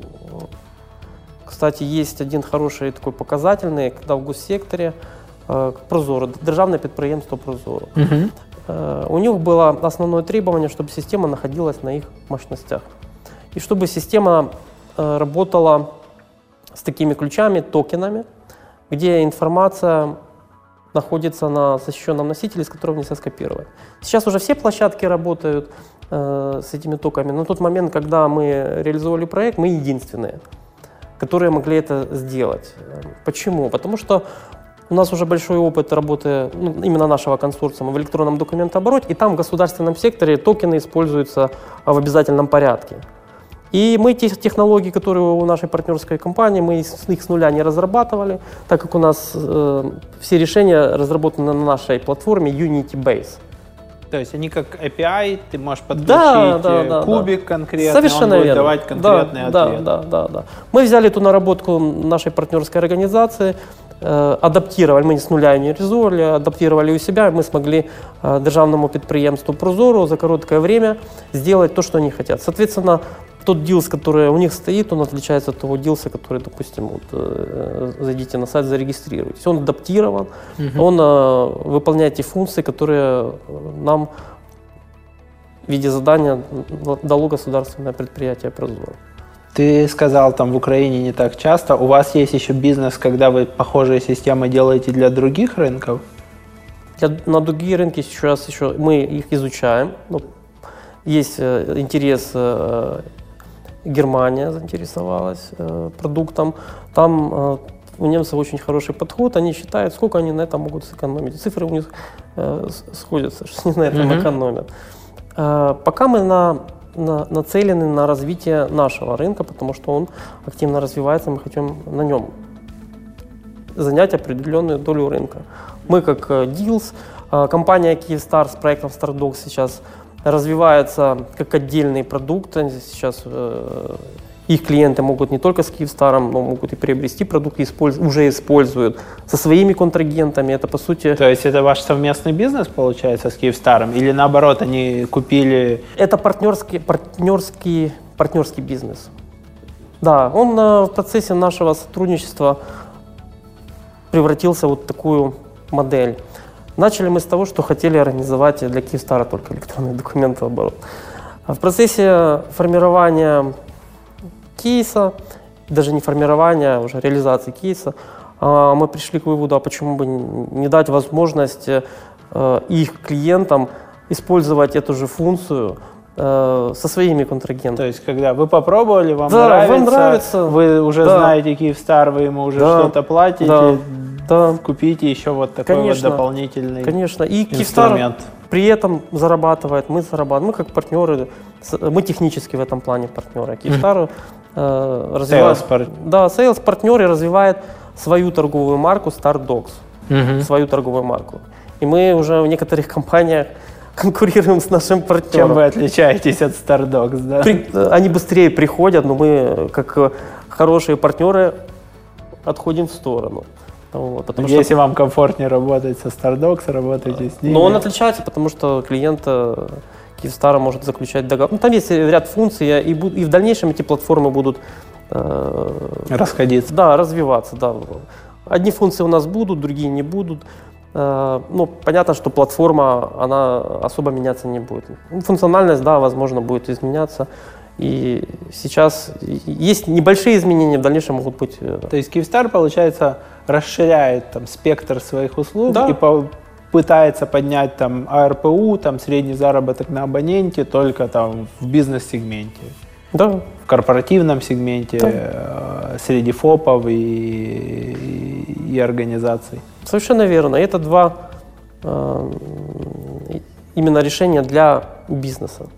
кстати, есть один хороший такой показательный, когда в госсекторе Прозоро, державное підприємство Прозоро. Uh-huh. У них было основное требование, чтобы система находилась на их мощностях. И чтобы система работала с такими ключами, токенами, где информация находится на защищенном носителе, с которого нельзя скопировать. Сейчас уже все площадки работают э, с этими токами. На тот момент, когда мы реализовали проект, мы единственные, которые могли это сделать. Почему? Потому что у нас уже большой опыт работы ну, именно нашего консорциума в электронном документообороте, и там в государственном секторе токены используются в обязательном порядке. И мы те технологии, которые у нашей партнерской компании, мы их с нуля не разрабатывали, так как у нас э, все решения разработаны на нашей платформе Unity-Base. То есть они как эй пи ай, ты можешь подключить да, да, да, кубик да. конкретно, совершенно он будет верно. давать конкретный да, ответ. Да, да, да, да. Мы взяли эту наработку нашей партнерской организации, э, адаптировали, мы не с нуля не реализовали, адаптировали у себя, мы смогли э, державному підприємству Прозоро за короткое время сделать то, что они хотят. Соответственно, тот дилс, который у них стоит, он отличается от того дилса, который, допустим, вот, э, зайдите на сайт, зарегистрируйтесь. Он адаптирован, uh-huh. он э, выполняет те функции, которые нам в виде задания дало государственное предприятие Прозоро. Ты сказал, там в Украине не так часто. У вас есть еще бизнес, когда вы похожие системы делаете для других рынков? Для, на другие рынки сейчас еще мы их изучаем. Ну, есть интерес, Германия заинтересовалась продуктом. Там у немцев очень хороший подход, они считают, сколько они на этом могут сэкономить. Цифры у них сходятся, что они на этом mm-hmm. экономят. Пока мы на, на, нацелены на развитие нашего рынка, потому что он активно развивается, мы хотим на нем занять определенную долю рынка. Мы как Deals, компания Kyivstar с проектом StarDogs сейчас развивается как отдельный продукт. Сейчас э, их клиенты могут не только с Kyivstar, но могут и приобрести продукт, использ... уже используют со своими контрагентами. Это по сути... То есть это ваш совместный бизнес получается с Kyivstar? Или наоборот, они купили... Это партнерский, партнерский, партнерский бизнес. Да, он э, в процессе нашего сотрудничества превратился в вот такую модель. Начали мы с того, что хотели организовать для Kyivstar только электронный документооборот. В процессе формирования кейса, даже не формирования, а уже реализации кейса, мы пришли к выводу, а почему бы не дать возможность их клиентам использовать эту же функцию со своими контрагентами. То есть, когда вы попробовали, вам, да, нравится, вам нравится, вы уже да. знаете Kyivstar, вы ему уже да. что-то платите, да. Да. купите еще вот такой конечно, вот дополнительный конечно. И инструмент. Kyivstar при этом зарабатывает, мы зарабатываем, мы как партнеры, мы технически в этом плане партнеры. Kyivstar э, развивает, Sales, да, sales партнеры развивает свою торговую марку StarDogs, угу. свою торговую марку. И мы уже в некоторых компаниях конкурируем с нашим партнером. Чем вы отличаетесь от StarDogs, да? При, они быстрее приходят, но мы, как хорошие партнеры, отходим в сторону. Вот, потому Если что, вам комфортнее работать со StarDogs, работайте с ними. Но он отличается, потому что клиент Kyivstar может заключать договор. Ну, там есть ряд функций, и, и в дальнейшем эти платформы будут э, расходиться. Да, развиваться. Да. Одни функции у нас будут, другие не будут. Э, ну, понятно, что платформа, она особо меняться не будет. Функциональность, да, возможно, будет изменяться. И сейчас есть небольшие изменения, в дальнейшем могут быть. То есть Kyivstar, получается, расширяет там спектр своих услуг да. и по пытается поднять там А Р П У, там средний заработок на абоненте только там в бизнес-сегменте. Да. В корпоративном сегменте, да. э, среди ФОПов и, и, и организаций. Совершенно верно. Это два э, именно решения для бизнеса.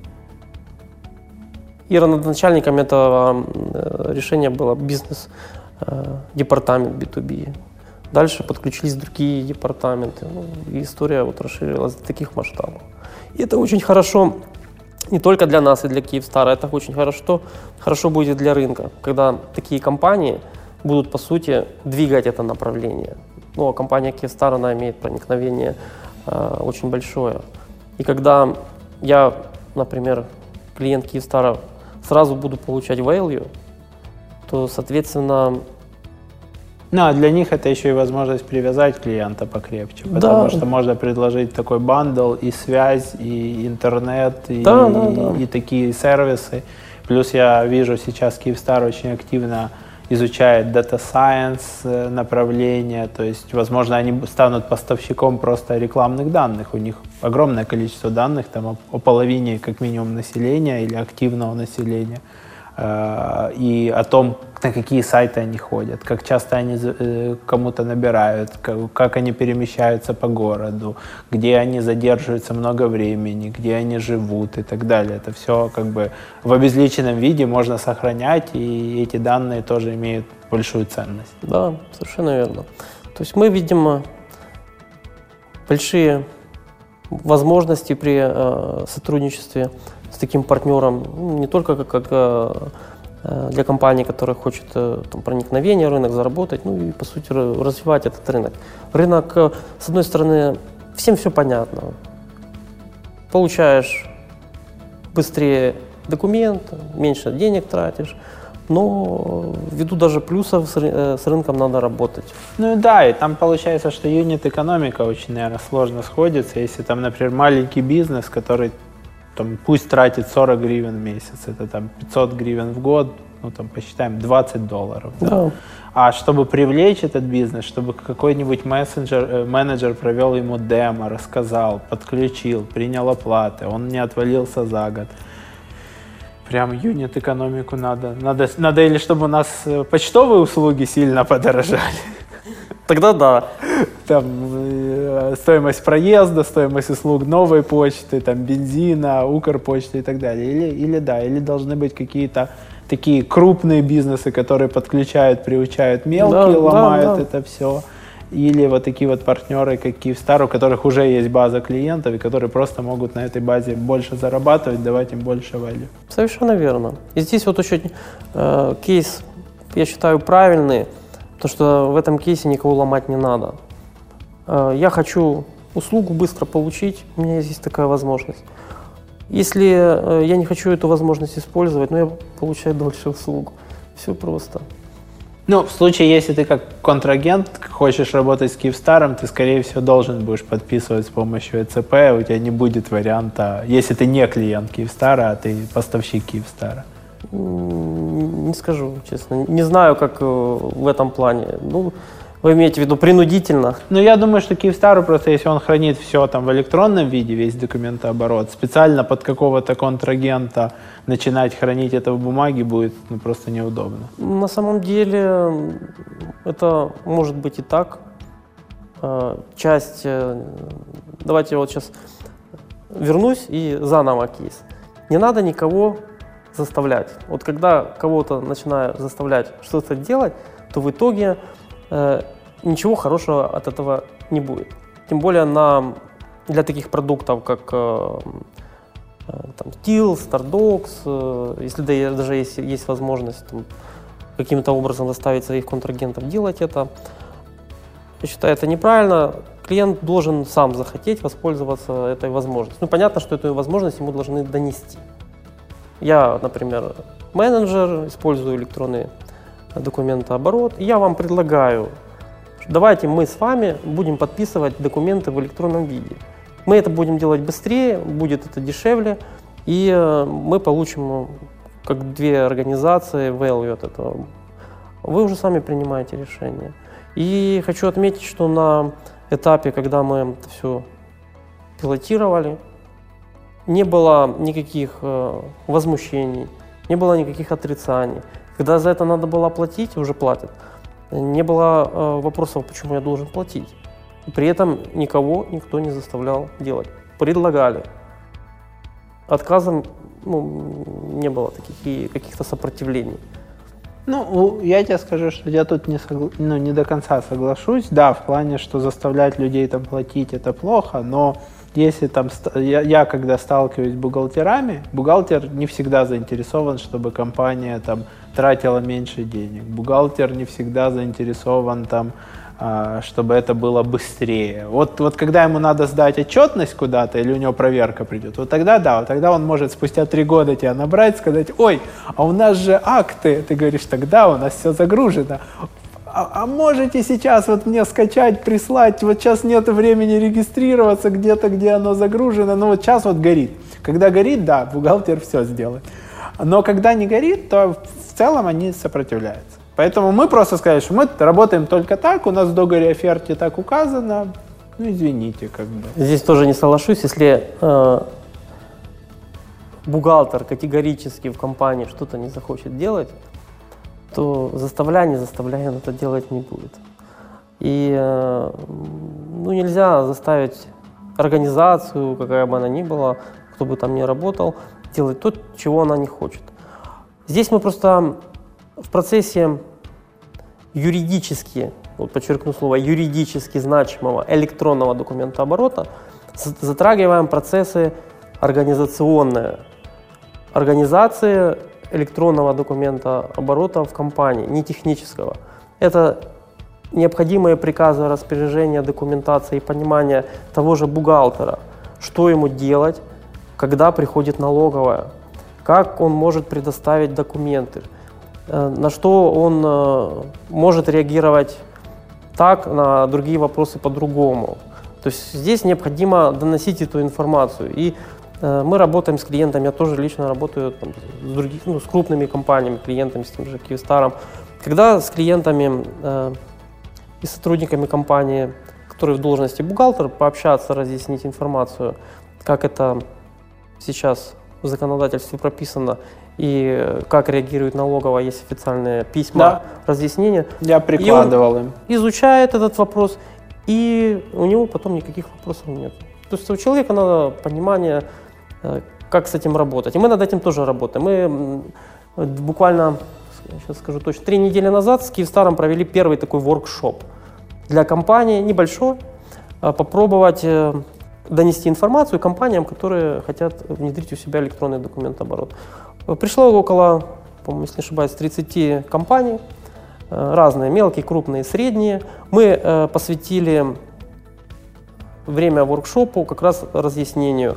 И родоначальником этого решения было бизнес-департамент би ту би. Дальше подключились другие департаменты. Ну, и история вот расширилась до таких масштабов. И это очень хорошо не только для нас и для Kyivstar, это очень хорошо, хорошо будет для рынка, когда такие компании будут, по сути, двигать это направление. Ну, а компания Kyivstar, она имеет проникновение э, очень большое. И когда я, например, клиент Kyivstar, сразу буду получать value, то, соответственно... Ну, а для них это еще и возможность привязать клиента покрепче, потому да. что можно предложить такой бандл и связь, и интернет, и, да, да, да. и, и такие сервисы. Плюс я вижу сейчас Kyivstar очень активно изучает Data Science направление, то есть, возможно, они станут поставщиком просто рекламных данных. У них огромное количество данных, там о, о половине как минимум населения или активного населения, э, и о том, на какие сайты они ходят, как часто они э, кому-то набирают, как, как они перемещаются по городу, где они задерживаются много времени, где они живут и так далее. Это все как бы в обезличенном виде можно сохранять, и эти данные тоже имеют большую ценность. Да, совершенно верно. То есть мы видим большие возможности при э, сотрудничестве с таким партнером, не только как, как э, для компании, которая хочет там, проникновение в рынок, заработать, ну и, по сути, развивать этот рынок. Рынок, с одной стороны, всем все понятно. Получаешь быстрее документ, меньше денег тратишь, но ввиду даже плюсов с рынком надо работать. Ну да, и там получается, что юнит-экономика очень, наверное, сложно сходится. Если там, например, маленький бизнес, который там, пусть тратит сорок гривен в месяц, это там пятьсот гривен в год, ну там посчитаем, двадцать долларов. Да? Да. А чтобы привлечь этот бизнес, чтобы какой-нибудь мессенджер, менеджер провел ему демо, рассказал, подключил, принял оплаты, он не отвалился за год. Прям юнит-экономику надо. надо. Надо или чтобы у нас почтовые услуги сильно подорожали. Тогда да. Там э, стоимость проезда, стоимость услуг новой почты, там бензина, Укрпочты и так далее. Или, или да, или должны быть какие-то такие крупные бизнесы, которые подключают, приучают мелкие, Да, ломают да, да. это все. Или вот такие вот партнеры, как Kyivstar, у которых уже есть база клиентов, и которые просто могут на этой базе больше зарабатывать, давать им больше value. Совершенно верно. И здесь вот еще э, кейс, я считаю, правильный, потому что в этом кейсе никого ломать не надо. Э, я хочу услугу быстро получить, у меня есть такая возможность. Если э, я не хочу эту возможность использовать, но я получаю дольше услугу. Все просто. Ну, в случае, если ты как контрагент хочешь работать с Kyivstar, ты, скорее всего, должен будешь подписывать с помощью ЭЦП, у тебя не будет варианта, если ты не клиент Kyivstar, а ты поставщик Kyivstar. Не скажу, честно. Не знаю, как в этом плане. Ну, вы имеете в виду принудительно? Ну, я думаю, что Kyivstar просто, если он хранит все там в электронном виде, весь документооборот, специально под какого-то контрагента начинать хранить это в бумаге будет ну, просто неудобно. На самом деле это может быть и так. Часть... Давайте вот сейчас вернусь и заново кейс. Не надо никого заставлять. Вот когда кого-то начинаю заставлять что-то делать, то в итоге э, ничего хорошего от этого не будет. Тем более на, для таких продуктов, как э, там, Тил, Stardocs, э, если да, даже есть, есть возможность там, каким-то образом заставить своих контрагентов делать это, я считаю, это неправильно. Клиент должен сам захотеть воспользоваться этой возможностью. Ну, понятно, что эту возможность ему должны донести. Я, например, менеджер, использую электронный документооборот, и я вам предлагаю, давайте мы с вами будем подписывать документы в электронном виде. Мы это будем делать быстрее, будет это дешевле, и мы получим как две организации value от этого. Вы уже сами принимаете решение. И хочу отметить, что на этапе, когда мы это все пилотировали, не было никаких э, возмущений, не было никаких отрицаний. Когда за это надо было платить, уже платят, не было э, вопросов, почему я должен платить. И при этом никого никто не заставлял делать. Предлагали. Отказом ну, не было таких, каких-то сопротивлений. Ну, я тебе скажу, что я тут не, согла... ну, не до конца соглашусь. Да, в плане, что заставлять людей там платить, это плохо, но если там, я, я когда сталкиваюсь с бухгалтерами, бухгалтер не всегда заинтересован, чтобы компания там тратила меньше денег. Бухгалтер не всегда заинтересован там, а, чтобы это было быстрее. Вот, вот когда ему надо сдать отчетность куда-то или у него проверка придет, вот тогда да, вот тогда он может спустя три года тебя набрать, сказать: ой, а у нас же акты. Ты говоришь: тогда у нас все загружено. А, а можете сейчас вот мне скачать, прислать, вот сейчас нет времени регистрироваться где-то, где оно загружено, но вот сейчас вот горит. Когда горит, да, бухгалтер все сделает. Но когда не горит, то в целом они сопротивляются. Поэтому мы просто сказали, что мы работаем только так, у нас в договоре оферте так указано, ну извините, как бы. Здесь тоже не соглашусь, если э, бухгалтер категорически в компании что-то не захочет делать, то заставляя, не заставляя, он это делать не будет. И э, ну, нельзя заставить организацию, какая бы она ни была, кто бы там ни работал, делать то, чего она не хочет. Здесь мы просто в процессе юридически, вот подчеркну слово, юридически значимого электронного документооборота затрагиваем процессы организационные. Организации электронного документооборота в компании, не технического. Это необходимые приказы, распоряжения, документация и понимание того же бухгалтера, что ему делать, когда приходит налоговая, как он может предоставить документы, на что он может реагировать так, на другие вопросы по-другому. То есть здесь необходимо доносить эту информацию. И Мы работаем с клиентами, я тоже лично работаю там, с, других, ну, с крупными компаниями, клиентами, с тем же Kyivstar. Когда с клиентами э, и сотрудниками компании, которые в должности бухгалтер, пообщаться, разъяснить информацию, как это сейчас в законодательстве прописано и как реагирует налоговая, есть официальные письма, да. разъяснения. Я прикладывал им. Изучает этот вопрос, и у него потом никаких вопросов нет. То есть у человека надо понимание, как с этим работать. И мы над этим тоже работаем. Мы буквально, сейчас скажу точно, три недели назад с Kyivstar провели первый такой воркшоп для компании, небольшой, попробовать донести информацию компаниям, которые хотят внедрить у себя электронный документооборот. Пришло около, по-моему, если не ошибаюсь, тридцати компаний, разные, мелкие, крупные, средние. Мы посвятили время воркшопу как раз разъяснению,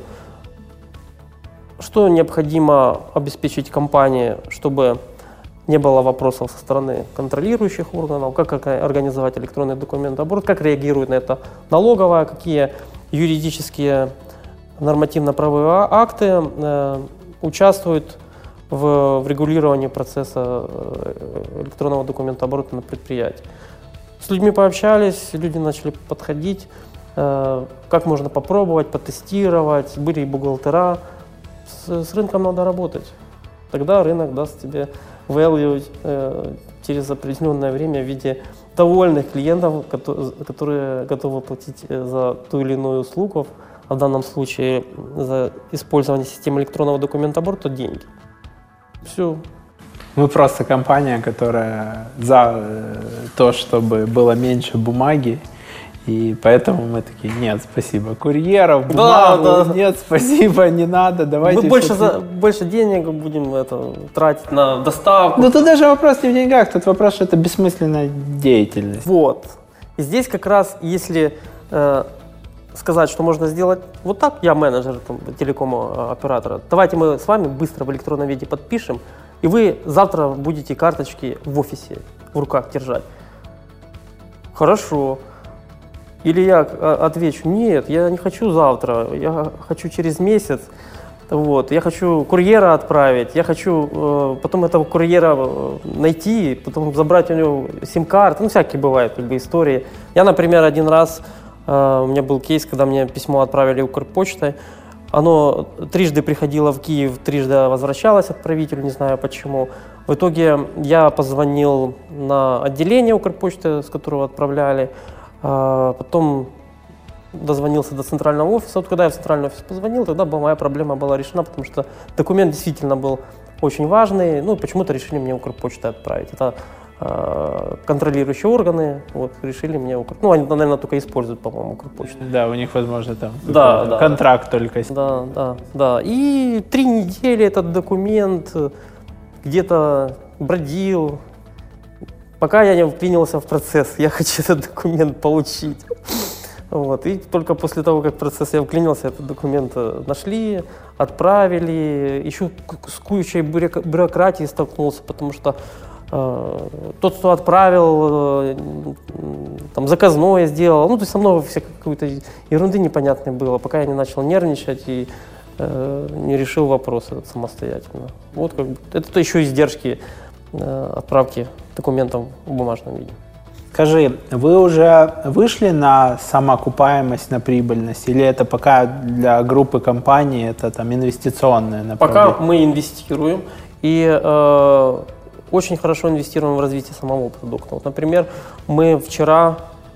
что необходимо обеспечить компании, чтобы не было вопросов со стороны контролирующих органов, как организовать электронный документооборот, как реагирует на это налоговая, какие юридические нормативно-правовые акты э, участвуют в, в регулировании процесса электронного документооборота на предприятии. С людьми пообщались, люди начали подходить, э, как можно попробовать, потестировать, были и бухгалтера. С, с рынком надо работать. Тогда рынок даст тебе value э, через определенное время в виде довольных клиентов, которые готовы платить за ту или иную услугу, а в данном случае за использование системы электронного документооборота деньги. Все. Мы просто компания, которая за то, чтобы было меньше бумаги, и поэтому мы такие: нет, спасибо, курьеров, бумагу, да, да. Нет, спасибо, не надо, давайте. Мы больше, за, больше денег будем это, тратить на доставку. Ну тут даже вопрос не в деньгах, тут вопрос, что это бессмысленная деятельность. Вот. И здесь как раз, если э, сказать, что можно сделать вот так, я менеджер там, телеком-оператора, давайте мы с вами быстро в электронном виде подпишем, и вы завтра будете карточки в офисе в руках держать. Хорошо. Или я отвечу: нет, я не хочу завтра, я хочу через месяц, вот, я хочу курьера отправить, я хочу э, потом этого курьера найти, потом забрать у него сим-карту, ну, всякие бывают как бы истории. Я, например, один раз, э, у меня был кейс, когда мне письмо отправили Укрпочтой, оно трижды приходило в Киев, трижды возвращалось отправителю, не знаю почему. В итоге я позвонил на отделение Укрпочты, с которого отправляли, потом дозвонился до центрального офиса. Вот когда я в центральный офис позвонил, тогда моя проблема была решена, потому что документ действительно был очень важный. Ну, почему-то решили мне Укрпочтой отправить. Это э, контролирующие органы вот, решили мне Укр... Ну, они, наверное, только используют, по-моему, Укрпочту. Да, у них, возможно, там да, да, контракт только. Да, да, да. И три недели этот документ где-то бродил, пока я не вклинился в процесс. Я хочу этот документ получить. Вот. И только после того, как в процесс я вклинился, этот документ нашли, отправили. Еще с кучей бюрократии столкнулся, потому что э, тот, кто отправил, э, там, заказное сделал. Ну, то есть много всякой какой-то ерунды непонятной было, пока я не начал нервничать и э, не решил вопрос этот самостоятельно. Вот как бы. Это еще издержки э, отправки документов в бумажном виде. Скажи, вы уже вышли на самоокупаемость, на прибыльность, или это пока для группы компаний это там инвестиционное направление? Пока мы инвестируем и э, очень хорошо инвестируем в развитие самого продукта. Вот, например, мы вчера,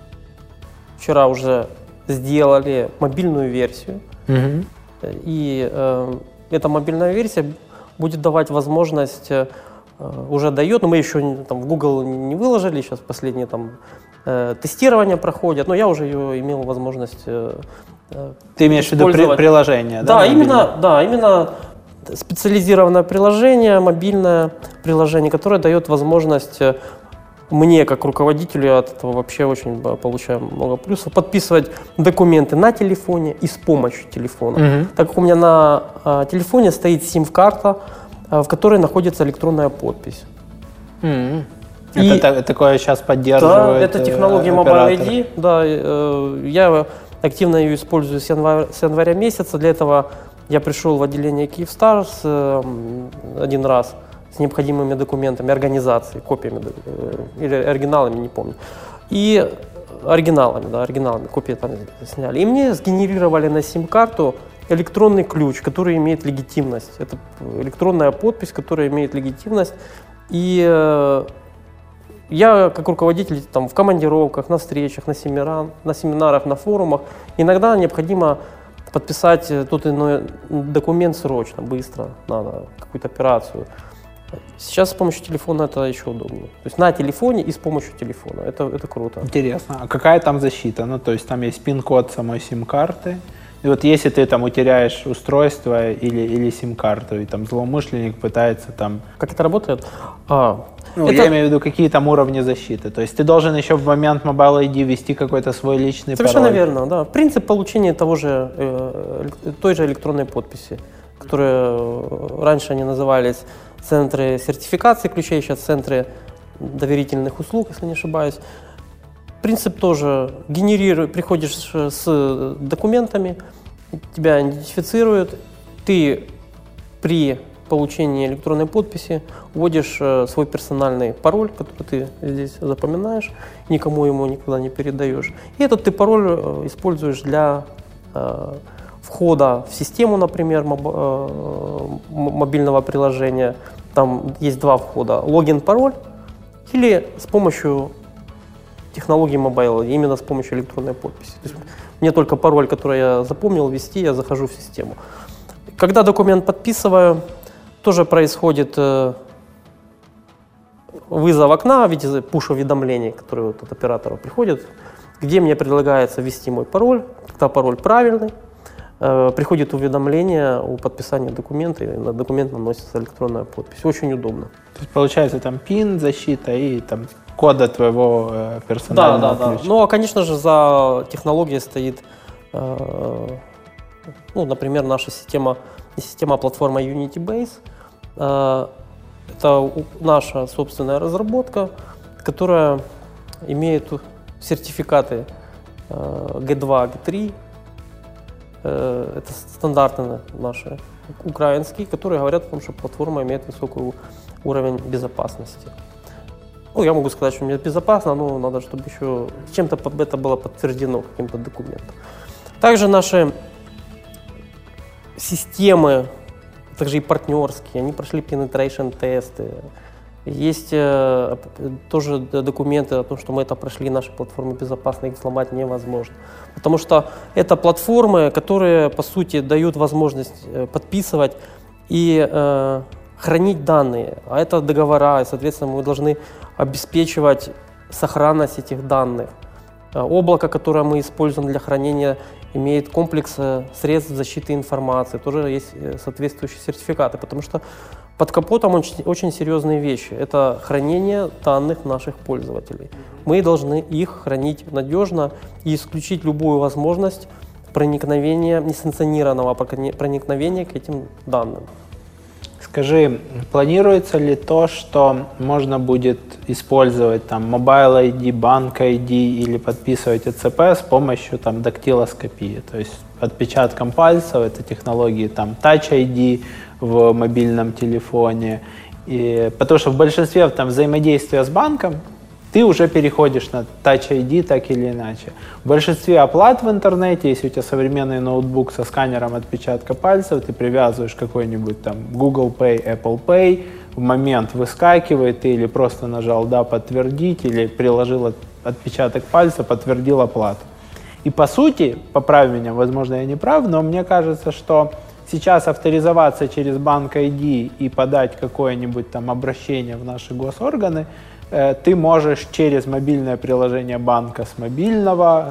вчера уже сделали мобильную версию, угу. и э, эта мобильная версия будет давать возможность уже дает, но мы еще там в Google не выложили, сейчас последние там э, тестирования проходят, но я уже ее имел возможность э, Ты имеешь в виду при, приложение, да? Да, именно, да, именно специализированное приложение, мобильное приложение, которое дает возможность мне, как руководителю, от этого вообще очень получаю много плюсов, подписывать документы на телефоне и с помощью телефона. Угу. Так как у меня на а, телефоне стоит сим-карта, в которой находится электронная подпись. Mm-hmm. И это такое сейчас поддерживает. Да, это технология Mobile ай ди. Да, я активно ее использую с января, с января месяца. Для этого я пришел в отделение Kyivstar с, э, один раз с необходимыми документами организации, копиями э, или оригиналами, не помню. И оригиналами, да, оригиналами, копии там сняли. И мне сгенерировали на сим-карту электронный ключ, который имеет легитимность. Это электронная подпись, которая имеет легитимность. И э, я, как руководитель, там, в командировках, на встречах, на семинарах, на семинарах, на форумах, иногда необходимо подписать тот или иной документ срочно, быстро, надо какую-то операцию. Сейчас с помощью телефона это еще удобнее. То есть на телефоне и с помощью телефона. Это, это круто. Интересно. А какая там защита? Ну, то есть там есть пин-код самой сим-карты. И вот если ты там утеряешь устройство или, или сим-карту, и там злоумышленник пытается там... Как это работает? А, ну, это... я имею в виду, какие там уровни защиты. То есть ты должен еще в момент Mobile ай ди ввести какой-то свой личный Совершенно пароль. верно, да. Принцип получения того же, э, той же электронной подписи, которые раньше они назывались центры сертификации ключей, сейчас центры доверительных услуг, если не ошибаюсь. Принцип тоже: генерируй, приходишь с документами, тебя идентифицируют, ты при получении электронной подписи вводишь свой персональный пароль, который ты здесь запоминаешь, никому ему никогда не передаешь. И этот ты пароль используешь для э, входа в систему, например, моб, э, мобильного приложения. Там есть два входа: логин, пароль, или с помощью технологии Mobile, именно с помощью электронной подписи. То есть мне только пароль, который я запомнил, ввести, я захожу в систему. Когда документ подписываю, тоже происходит э, вызов окна в виде пуш-уведомлений, которые вот от оператора приходят, где мне предлагается ввести мой пароль. Когда пароль правильный, э, приходит уведомление о подписании документа, и на документ наносится электронная подпись. Очень удобно. То есть получается там пин, защита и там кода твоего э, персонального да, да, ключа. Да. Ну, а, конечно же, за технологией стоит, э, ну, например, наша система, система, а платформа Unity-Base. Э, это наша собственная разработка, которая имеет сертификаты э, джи два, джи три. Э, это стандарты наши украинские, которые говорят о том, что платформа имеет высокий уровень безопасности. Ну, я могу сказать, что мне безопасно, но надо, чтобы еще чем-то это было подтверждено каким-то документом. Также наши системы, также и партнерские, они прошли penetration тесты. Есть э, тоже документы о том, что мы это прошли, наши платформы безопасны, их взломать невозможно. Потому что это платформы, которые, по сути, дают возможность подписывать и э, хранить данные. А это договора, и, соответственно, мы должны обеспечивать сохранность этих данных. Облако, которое мы используем для хранения, имеет комплекс средств защиты информации, тоже есть соответствующие сертификаты, потому что под капотом очень, очень серьезные вещи. Это хранение данных наших пользователей. Мы должны их хранить надежно и исключить любую возможность проникновения, несанкционированного проникновения к этим данным. Скажи, планируется ли то, что можно будет использовать там Mobile ай ди, Bank ай ди или подписывать и цэ пэ с помощью там дактилоскопии, то есть отпечатком пальцев, это технологии там Touch ай ди в мобильном телефоне, и, потому что в большинстве там взаимодействия с банком ты уже переходишь на Touch ай ди так или иначе. В большинстве оплат в интернете, если у тебя современный ноутбук со сканером отпечатка пальцев, ты привязываешь какой-нибудь там Google Pay, Apple Pay, в момент выскакивает, ты или просто нажал «да, подтвердить», или приложил отпечаток пальца, подтвердил оплату. И по сути, поправь меня, возможно, я не прав, но мне кажется, что сейчас авторизоваться через Bank ай ди и подать какое-нибудь там обращение в наши госорганы ты можешь через мобильное приложение банка с мобильного,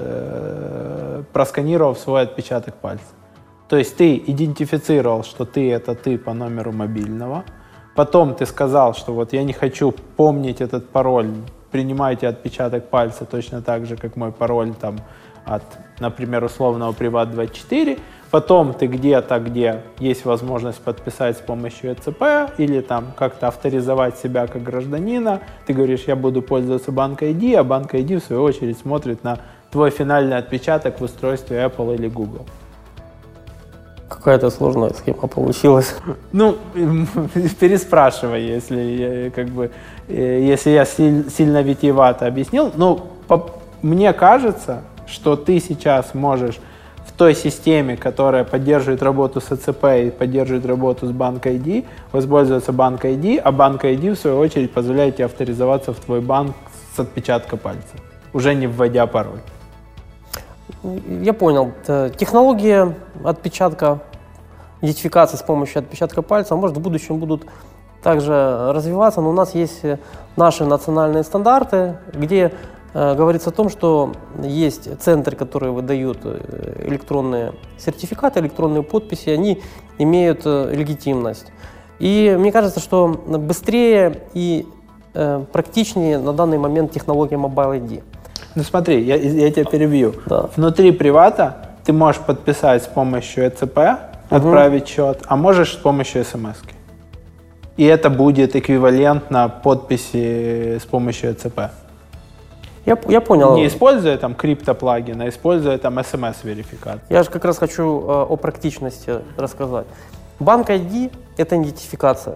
э, просканировав свой отпечаток пальца. То есть ты идентифицировал, что ты — это ты по номеру мобильного. Потом ты сказал, что вот я не хочу помнить этот пароль, принимайте отпечаток пальца точно так же, как мой пароль там, от, например, условного приват двадцать четыре. Потом ты где-то, где есть возможность подписать с помощью и цэ пэ или там как-то авторизовать себя как гражданина, ты говоришь, я буду пользоваться Bank ай ди, а Bank ай ди в свою очередь смотрит на твой финальный отпечаток в устройстве Apple или Google. Какая-то сложная схема получилась. Ну, переспрашивай, если я, как бы, если я сильно витиевато объяснил. Ну, по, мне кажется, что ты сейчас можешь в той системе, которая поддерживает работу с ЭЦП и поддерживает работу с Банк ай ди, воспользоваться Банк ай ди, а Банк ай ди, в свою очередь, позволяет тебе авторизоваться в твой банк с отпечатка пальца, уже не вводя пароль. Я понял. Технология отпечатка, идентификации с помощью отпечатка пальца, может, в будущем будут также развиваться, но у нас есть наши национальные стандарты, где э, говорится о том, что есть центры, которые выдают электронные сертификаты, электронные подписи, они имеют э, легитимность. И мне кажется, что быстрее и э, практичнее на данный момент технология Mobile ай ди. Ну смотри, я, я тебя перебью. Да. Внутри привата ты можешь подписать с помощью ЭЦП, отправить угу. счет, а можешь с помощью смс-ки. И это будет эквивалентно подписи с помощью ЭЦП. Я, я понял. Не используя там криптоплагин, а используя там смс-верификацию. Я же как раз хочу э, о практичности рассказать. Банк ай ди – это идентификация.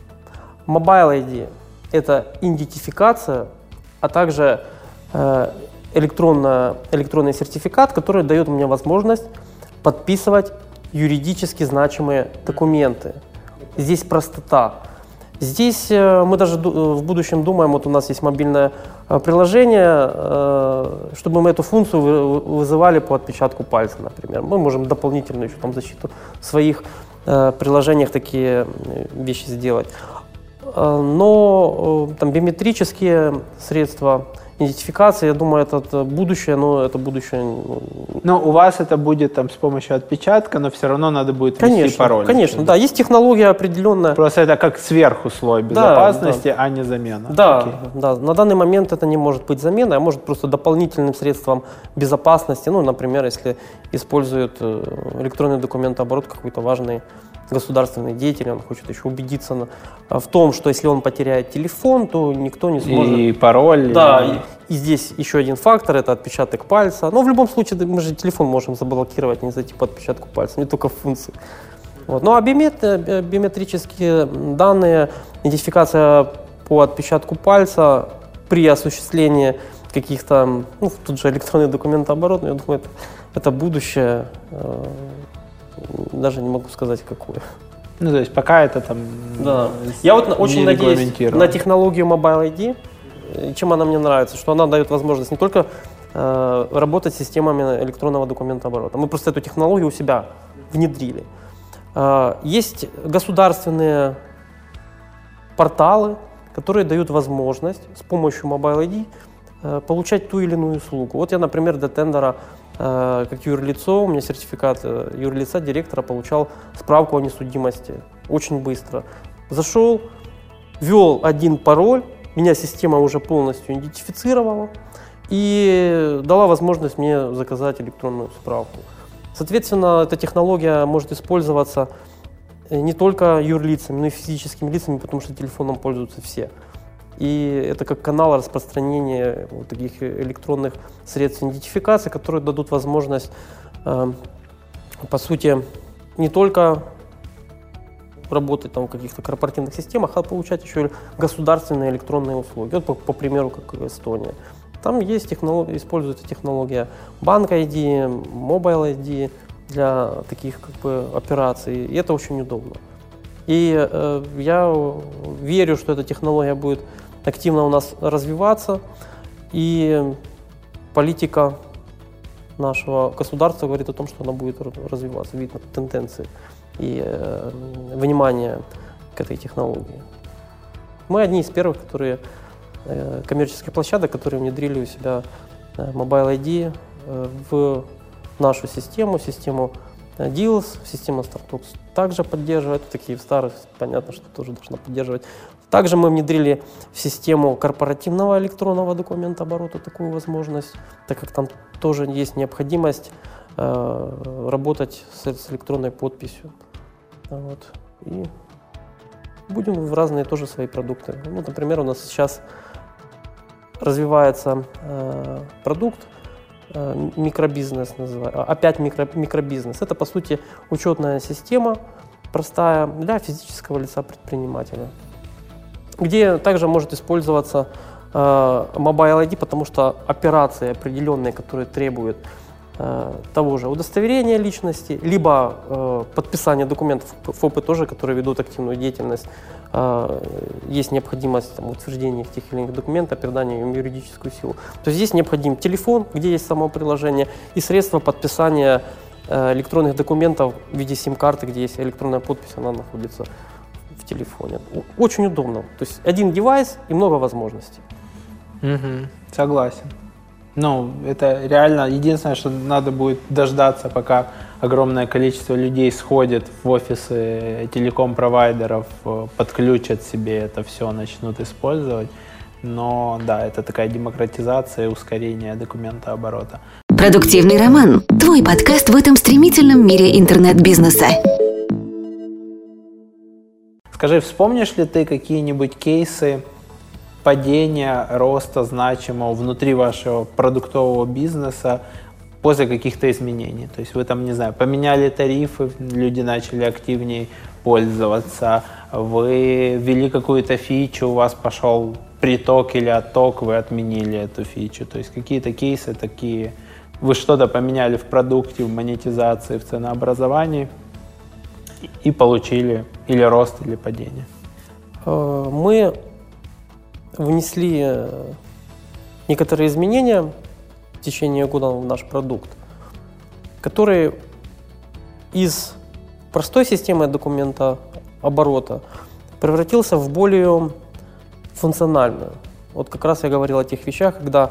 Mobile ай ди – это идентификация, а также э, электронная, электронный сертификат, который дает мне возможность подписывать юридически значимые документы. Здесь простота. Здесь э, мы даже в будущем думаем, вот у нас есть мобильное э, приложение, э, чтобы мы эту функцию вы, вызывали по отпечатку пальца, например. Мы можем дополнительную еще там защиту в своих э, приложениях такие вещи сделать. Э, но э, там биометрические средства идентификации, я думаю, это будущее, но это будущее... Но у вас это будет там с помощью отпечатка, но все равно надо будет конечно, ввести пароль. Конечно, да, есть технология определенная. Просто это как сверхуслой безопасности, да, да. а не замена. Да, Окей. да, на данный момент это не может быть заменой, а может просто дополнительным средством безопасности. Ну, например, если используют электронный документооборот какой-то важный государственный деятель, он хочет еще убедиться на, в том, что если он потеряет телефон, то никто не сможет... И пароль. Да, и, и здесь еще один фактор, это отпечаток пальца. Но в любом случае мы же телефон можем заблокировать, не зайти по отпечатку пальца, не только функции. Вот. Ну а биомет, биометрические данные, идентификация по отпечатку пальца при осуществлении каких-то, ну, тут же электронный документооборот, я думаю, это, это будущее. Даже не могу сказать, какое. Ну, то есть пока это там... Да. Я вот очень надеюсь на технологию Mobile ай ди. Чем она мне нравится? Что она дает возможность не только э, работать с системами электронного документооборота. Мы просто эту технологию у себя внедрили. Э, есть государственные порталы, которые дают возможность с помощью Mobile ай ди э, получать ту или иную услугу. Вот я, например, до тендера как юрлицо, у меня сертификат юрлица директора получал справку о несудимости очень быстро. Зашел, ввел один пароль, меня система уже полностью идентифицировала и дала возможность мне заказать электронную справку. Соответственно, эта технология может использоваться не только юрлицами, но и физическими лицами, потому что телефоном пользуются все. И это как канал распространения вот таких электронных средств идентификации, которые дадут возможность, э, по сути, не только работать там в каких-то корпоративных системах, а получать еще государственные электронные услуги. Вот по, по примеру, как Эстония. Там есть технология, используется технология Банк ай ди, Mobile ай ди для таких как бы операций, и это очень удобно. И э, я верю, что эта технология будет активно у нас развиваться, и политика нашего государства говорит о том, что она будет развиваться, видно тенденции и э, внимание к этой технологии. Мы одни из первых, которые э, коммерческих площадок, которые внедрили у себя э, Mobile ай ди э, в нашу систему, систему дилс, система StartTalk также поддерживает, такие старые, понятно, что тоже должна поддерживать. Также мы внедрили в систему корпоративного электронного документооборота такую возможность, так как там тоже есть необходимость э, работать с, с электронной подписью. Вот. И будем в разные тоже свои продукты. Ну, например, у нас сейчас развивается э, продукт микробизнес, опять микро, микробизнес. Это, по сути, учетная система, простая для физического лица предпринимателя, где также может использоваться э, Mobile ай ди, потому что операции определенные, которые требуют э, того же удостоверения личности, либо э, подписания документов ФОПы тоже, которые ведут активную деятельность, э, есть необходимость там, утверждения тех или иных документов, передания им юридическую силу. То есть здесь необходим телефон, где есть само приложение, и средства подписания э, электронных документов в виде сим-карты, где есть электронная подпись, она находится в телефоне. Очень удобно. То есть один девайс и много возможностей. Угу, согласен. Ну, это реально единственное, что надо будет дождаться, пока огромное количество людей сходит в офисы телеком-провайдеров, подключат себе это все, начнут использовать. Но да, это такая демократизация и ускорение документооборота. Продуктивный роман. Твой подкаст в этом стремительном мире интернет-бизнеса. Скажи, вспомнишь ли ты какие-нибудь кейсы падения, роста значимого внутри вашего продуктового бизнеса после каких-то изменений? То есть вы там, не знаю, поменяли тарифы, люди начали активнее пользоваться, вы ввели какую-то фичу, у вас пошел приток или отток, вы отменили эту фичу. То есть какие-то кейсы такие, вы что-то поменяли в продукте, в монетизации, в ценообразовании и получили или рост, или падение? Мы внесли некоторые изменения в течение года в наш продукт, которые из простой системы документа оборота превратился в более функциональную. Вот как раз я говорил о тех вещах, когда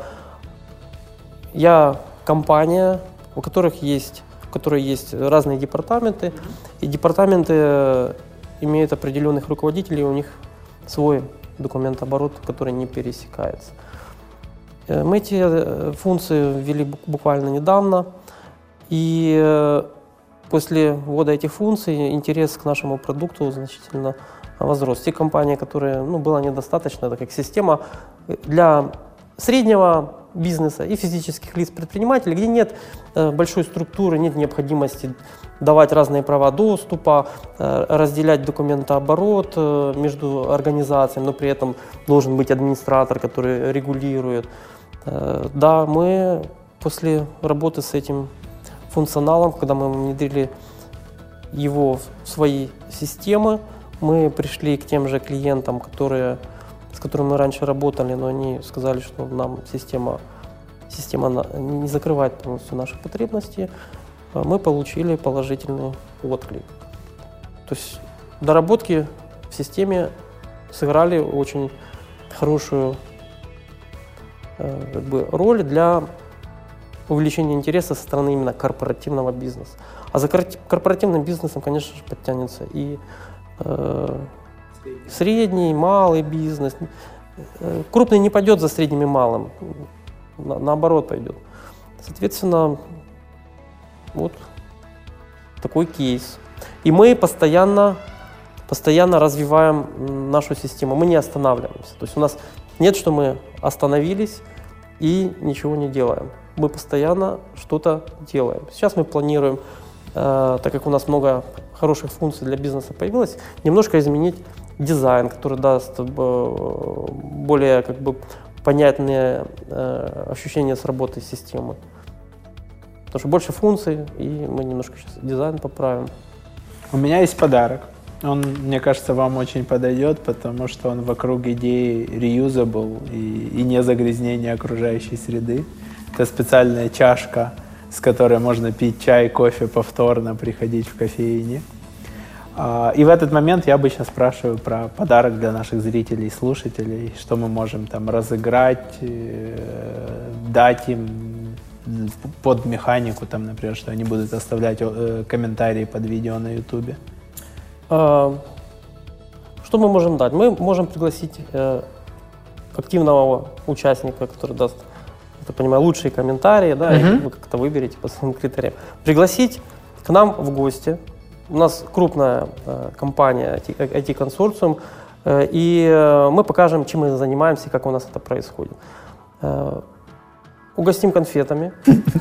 я компания, у которых есть, у которой есть разные департаменты, и департаменты имеют определенных руководителей, у них свой документооборот, который не пересекается. Мы эти функции ввели буквально недавно, и после ввода этих функций интерес к нашему продукту значительно возрос. Те компании, которые ну, было недостаточно, это как система для среднего бизнеса и физических лиц предпринимателей, где нет э, большой структуры, нет необходимости давать разные права доступа, э, разделять документооборот э, между организациями, но при этом должен быть администратор, который регулирует. Э, да, мы после работы с этим функционалом, когда мы внедрили его в свои системы, мы пришли к тем же клиентам, которые, с которыми мы раньше работали, но они сказали, что нам система, система не закрывает полностью наши потребности. Мы получили положительный отклик. То есть доработки в системе сыграли очень хорошую как бы, роль для увеличения интереса со стороны именно корпоративного бизнеса. А за корпоративным бизнесом, конечно же, подтянется и э, средний, малый бизнес. Крупный не пойдет за средним и малым, на, наоборот пойдет. Соответственно, вот такой кейс. И мы постоянно, постоянно развиваем нашу систему, мы не останавливаемся. То есть у нас нет, что мы остановились и ничего не делаем. Мы постоянно что-то делаем. Сейчас мы планируем, э, так как у нас много хороших функций для бизнеса появилось, немножко изменить дизайн, который даст э, более как бы, понятные э, ощущения с работой системы. Потому что больше функций, и мы немножко сейчас дизайн поправим. У меня есть подарок. Он, мне кажется, вам очень подойдет, потому что он вокруг идеи reusable и, и незагрязнения окружающей среды. Это специальная чашка, с которой можно пить чай, кофе повторно, приходить в кофейне. И в этот момент я обычно спрашиваю про подарок для наших зрителей и слушателей, что мы можем там разыграть, дать им под механику, там, например, что они будут оставлять комментарии под видео на ютубе. Что мы можем дать? Мы можем пригласить активного участника, который даст, я понимаю, лучшие комментарии, да, uh-huh. и вы как-то выберете по своим критериям. Пригласить к нам в гости. У нас крупная э, компания ай ти-консорциум, э, и э, мы покажем, чем мы занимаемся, как у нас это происходит. Э, угостим конфетами,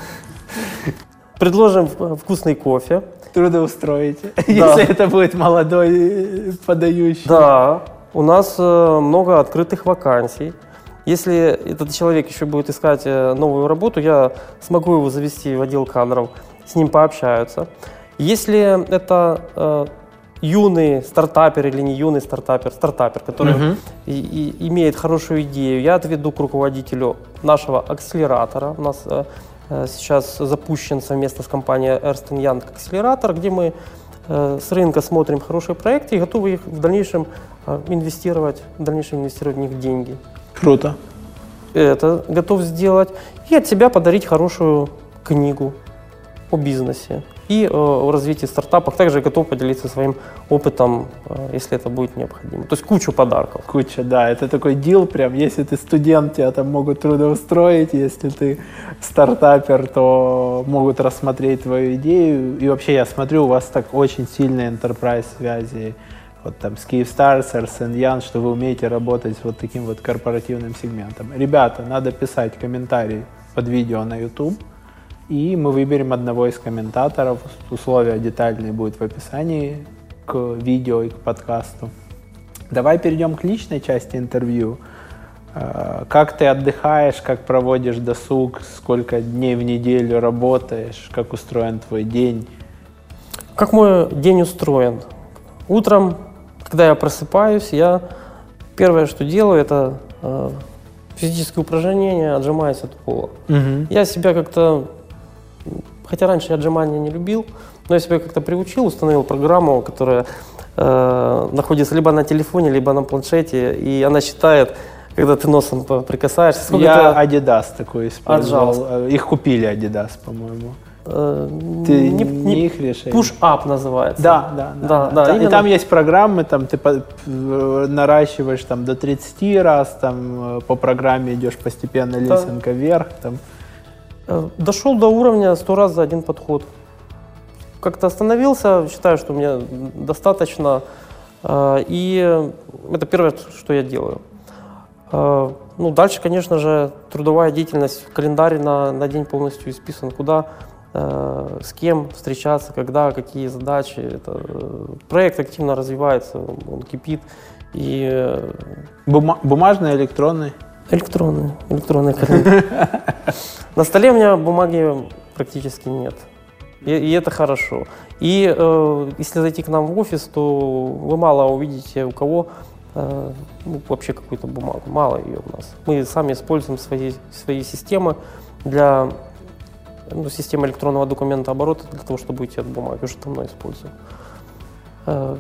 предложим вкусный кофе. Трудоустроите, если это будет молодой подающий. Да, у нас много открытых вакансий. Если этот человек еще будет искать новую работу, я смогу его завести в отдел кадров, с ним пообщаются. Если это э, юный стартапер или не юный стартапер, стартапер, который uh-huh. и, и, имеет хорошую идею, я отведу к руководителю нашего акселератора. У нас э, сейчас запущен совместно с компанией Ernst энд Young акселератор, где мы э, с рынка смотрим хорошие проекты и готовы их в дальнейшем э, инвестировать, в дальнейшем инвестировать в них деньги. Круто. Это готов сделать. И от себя подарить хорошую книгу о бизнесе и э, о развитии стартапов. Также готов поделиться своим опытом, э, если это будет необходимо. То есть кучу подарков. Куча, да. Это такой дил прям. Если ты студент, тебя там могут трудоустроить. Если ты стартапер, то могут рассмотреть твою идею. И вообще я смотрю, у вас так очень сильные enterprise связи. Вот там с Kyivstar, с Ernst энд Young, что вы умеете работать с вот таким вот корпоративным сегментом. Ребята, надо писать комментарий под видео на YouTube, и мы выберем одного из комментаторов. Условия детальные будут в описании к видео и к подкасту. Давай перейдем к личной части интервью. Как ты отдыхаешь, как проводишь досуг, сколько дней в неделю работаешь, как устроен твой день? Как мой день устроен? Утром, когда я просыпаюсь, я первое, что делаю, это э, физические упражнения, отжимаюсь от пола. Угу. Я себя как-то, хотя раньше я отжимания не любил, но я себя как-то приучил, установил программу, которая э, находится либо на телефоне, либо на планшете, и она считает, когда ты носом прикасаешься. Сколько я ты Adidas такой использовал. Отжался. Их купили Adidas, по-моему. Ты не, не их решение. Push-up называется. Да, да, да. да, да, да. И там есть программы, там ты по, наращиваешь там, до тридцати раз, там, по программе идешь постепенно лесенка да. вверх. Там. Дошел до уровня сто раз за один подход. Как-то остановился, считаю, что мне достаточно. И это первое, что я делаю. Ну, дальше, конечно же, трудовая деятельность, календарь на, на день полностью исписан, куда, э, с кем встречаться, когда, какие задачи. Это, э, проект активно развивается, он кипит. И, э, Бума- бумажный, электронный? Электронный, электронный календарь. На столе у меня бумаги практически нет. И, и это хорошо. И э, если зайти к нам в офис, то вы мало увидите, у кого э, ну, вообще какую-то бумагу. Мало ее у нас. Мы сами используем свои, свои системы для ну, системы электронного документа оборота для того, чтобы уйти от бумаги. Уже давно используем. Э,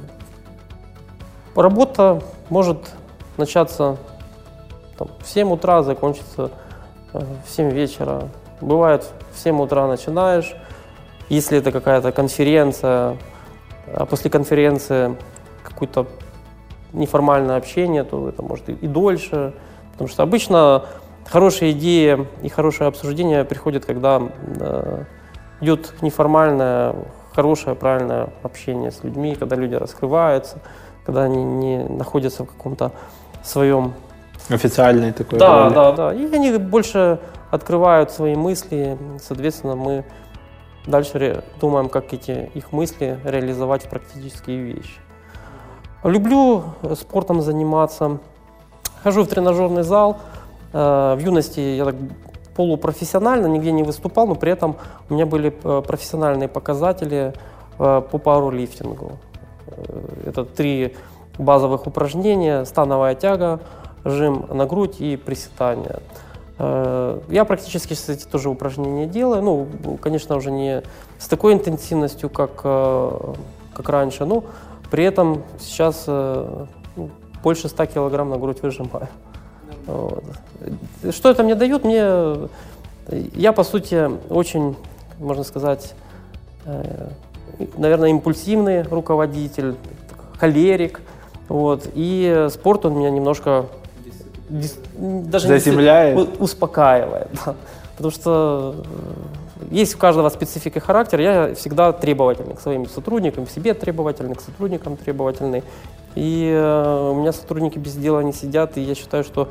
работа может начаться там, в семь утра, закончится э, в семь вечера. Бывает, в семь утра начинаешь. Если это какая-то конференция, а после конференции какое-то неформальное общение, то это может и, и дольше. Потому что обычно хорошие идеи и хорошее обсуждение приходят, когда э, идет неформальное, хорошее, правильное общение с людьми, когда люди раскрываются, когда они не находятся в каком-то своем... Официальный такой Да, роли. да, да. И они больше открывают свои мысли, соответственно, мы дальше думаем, как эти их мысли реализовать в практические вещи. Люблю спортом заниматься. Хожу в тренажерный зал. В юности я так полупрофессионально, нигде не выступал, но при этом у меня были профессиональные показатели по пауэрлифтингу. Это три базовых упражнения: становая тяга, жим на грудь и приседания. Я практически эти тоже упражнения делаю. Ну, конечно, уже не с такой интенсивностью, как, как раньше, но при этом сейчас ну, больше ста килограмм на грудь выжимаю. Вот. Что это мне дает? Мне, я, по сути, очень, можно сказать, наверное, импульсивный руководитель, холерик. Вот. И спорт он меня немножко... даже заземляет, не, успокаивает, да. Потому что есть у каждого специфика и характер. Я всегда требовательный к своим сотрудникам, к себе требовательный, к сотрудникам требовательный. И э, у меня сотрудники без дела не сидят, и я считаю, что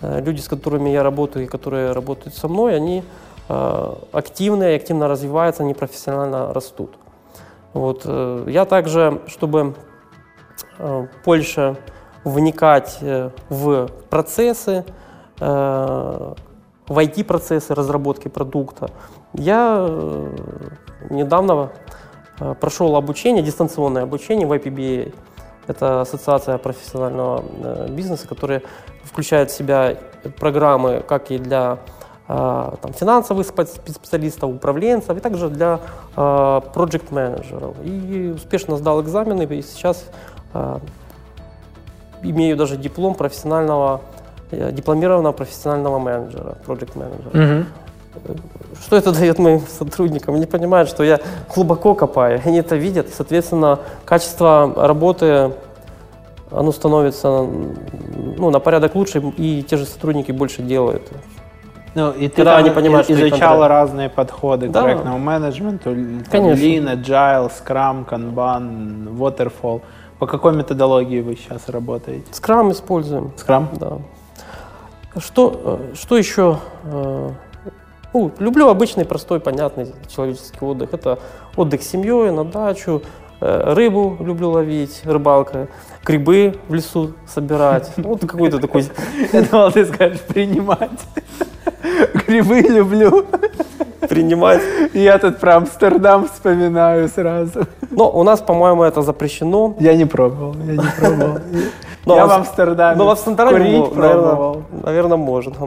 люди, с которыми я работаю и которые работают со мной, они активны и активно развиваются, они профессионально растут. Вот. Я также, чтобы больше вникать в процессы, в ай ти-процессы разработки продукта, я недавно прошел обучение, дистанционное обучение в ай пи би эй. Это ассоциация профессионального бизнеса, которая включает в себя программы как и для там, финансовых специалистов, управленцев, и также для проект-менеджеров. И успешно сдал экзамены, и сейчас а, имею даже диплом профессионального, дипломированного профессионального менеджера, проект-менеджера. Угу. Что это дает моим сотрудникам? Они понимают, что я глубоко копаю, они это видят, и, соответственно, качество работы, оно становится ну, на порядок лучше, и те же сотрудники больше делают. Ну, и ты там, они понимают, изучала разные подходы да. к проектному менеджменту, Lean, Agile, Scrum, Kanban, Waterfall. По какой методологии вы сейчас работаете? Scrum используем. Scrum? Да. Что, что еще? Ну, люблю обычный, простой, понятный человеческий отдых. Это отдых с семьей, на дачу, рыбу люблю ловить, рыбалка, грибы в лесу собирать. Вот какой-то такой... Я думал, ты скажешь принимать. Грибы люблю. Принимать. Я тут про Амстердам вспоминаю сразу. Но у нас, по-моему, это запрещено. Я не пробовал, я не пробовал. Я в Амстердаме но в Амстердаме курить пробовал. Наверное, можно.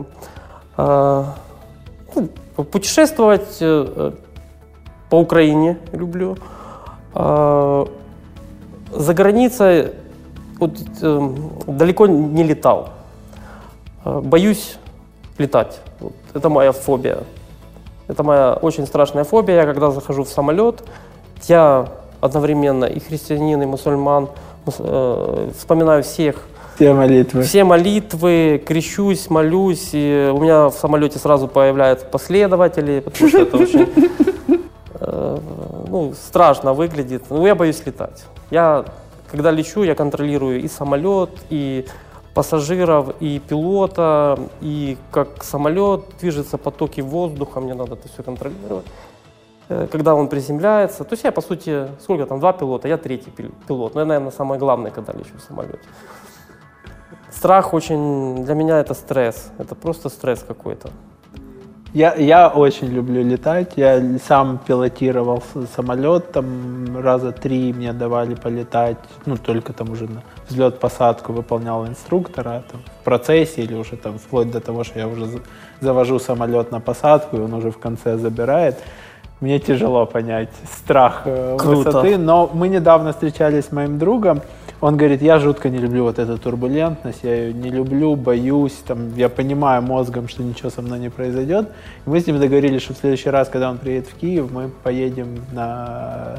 Путешествовать по Украине люблю. За границей вот, далеко не летал. Боюсь летать. Вот, это моя фобия. Это моя очень страшная фобия. Я когда захожу в самолет, я одновременно и христианин, и мусульман, э, вспоминаю всех. Все молитвы. Все молитвы, крещусь, молюсь. И у меня в самолете сразу появляются последователи, потому что это очень э, ну, страшно выглядит. Ну, я боюсь летать. Я, когда лечу, я контролирую и самолет, и пассажиров, и пилота, и как самолет движется, потоки воздуха, мне надо это все контролировать. Когда он приземляется, то есть я, по сути, сколько там, два пилота, я третий пилот. Но я, наверное, самое главное, когда лечу в самолете. Страх очень, для меня это стресс, это просто стресс какой-то. Я, я очень люблю летать, я сам пилотировал самолет, там раза три мне давали полетать, ну только там уже на взлет-посадку выполнял инструктора, там, в процессе или уже там вплоть до того, что я уже завожу самолет на посадку, и он уже в конце забирает. Мне тяжело понять страх Круто. Высоты, но мы недавно встречались с моим другом. Он говорит, я жутко не люблю вот эту турбулентность, я ее не люблю, боюсь, там, я понимаю мозгом, что ничего со мной не произойдет. И мы с ним договорились, что в следующий раз, когда он приедет в Киев, мы поедем на,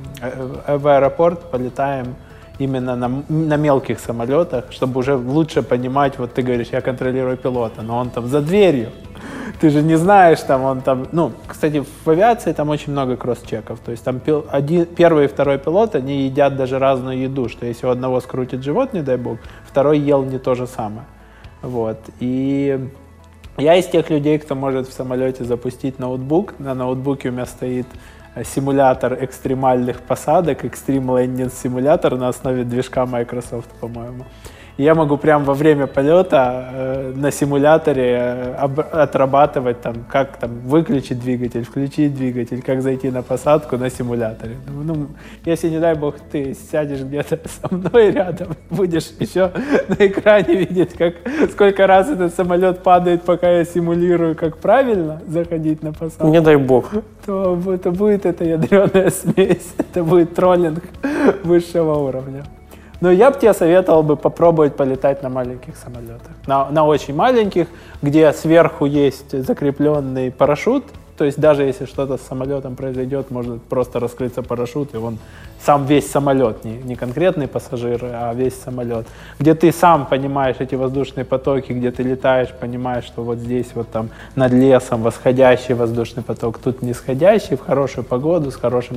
в аэропорт, полетаем именно на, на мелких самолетах, чтобы уже лучше понимать, вот ты говоришь, я контролирую пилота, но он там за дверью. Ты же не знаешь, там он там, ну, кстати, в авиации там очень много кросс-чеков, то есть там пил, один, первый и второй пилот, они едят даже разную еду, что если у одного скрутит живот, не дай бог, второй ел не то же самое, вот, и я из тех людей, кто может в самолете запустить ноутбук, на ноутбуке у меня стоит симулятор экстремальных посадок, Extreme Landing симулятор на основе движка Microsoft, по-моему. И я могу прямо во время полета э, на симуляторе э, об, отрабатывать, там, как там, выключить двигатель, включить двигатель, как зайти на посадку на симуляторе. Ну, если, не дай бог, ты сядешь где-то со мной рядом, будешь еще на экране видеть, как, сколько раз этот самолет падает, пока я симулирую, как правильно заходить на посадку. Не дай бог. То это будет эта ядреная смесь, это будет троллинг высшего уровня. Но я бы тебе советовал бы попробовать полетать на маленьких самолетах. На, на очень маленьких, где сверху есть закрепленный парашют. То есть даже если что-то с самолетом произойдет, может просто раскрыться парашют, и он сам весь самолет, не, не конкретные пассажиры, а весь самолет. Где ты сам понимаешь эти воздушные потоки, где ты летаешь, понимаешь, что вот здесь вот там над лесом восходящий воздушный поток, тут нисходящий, в хорошую погоду, с хорошим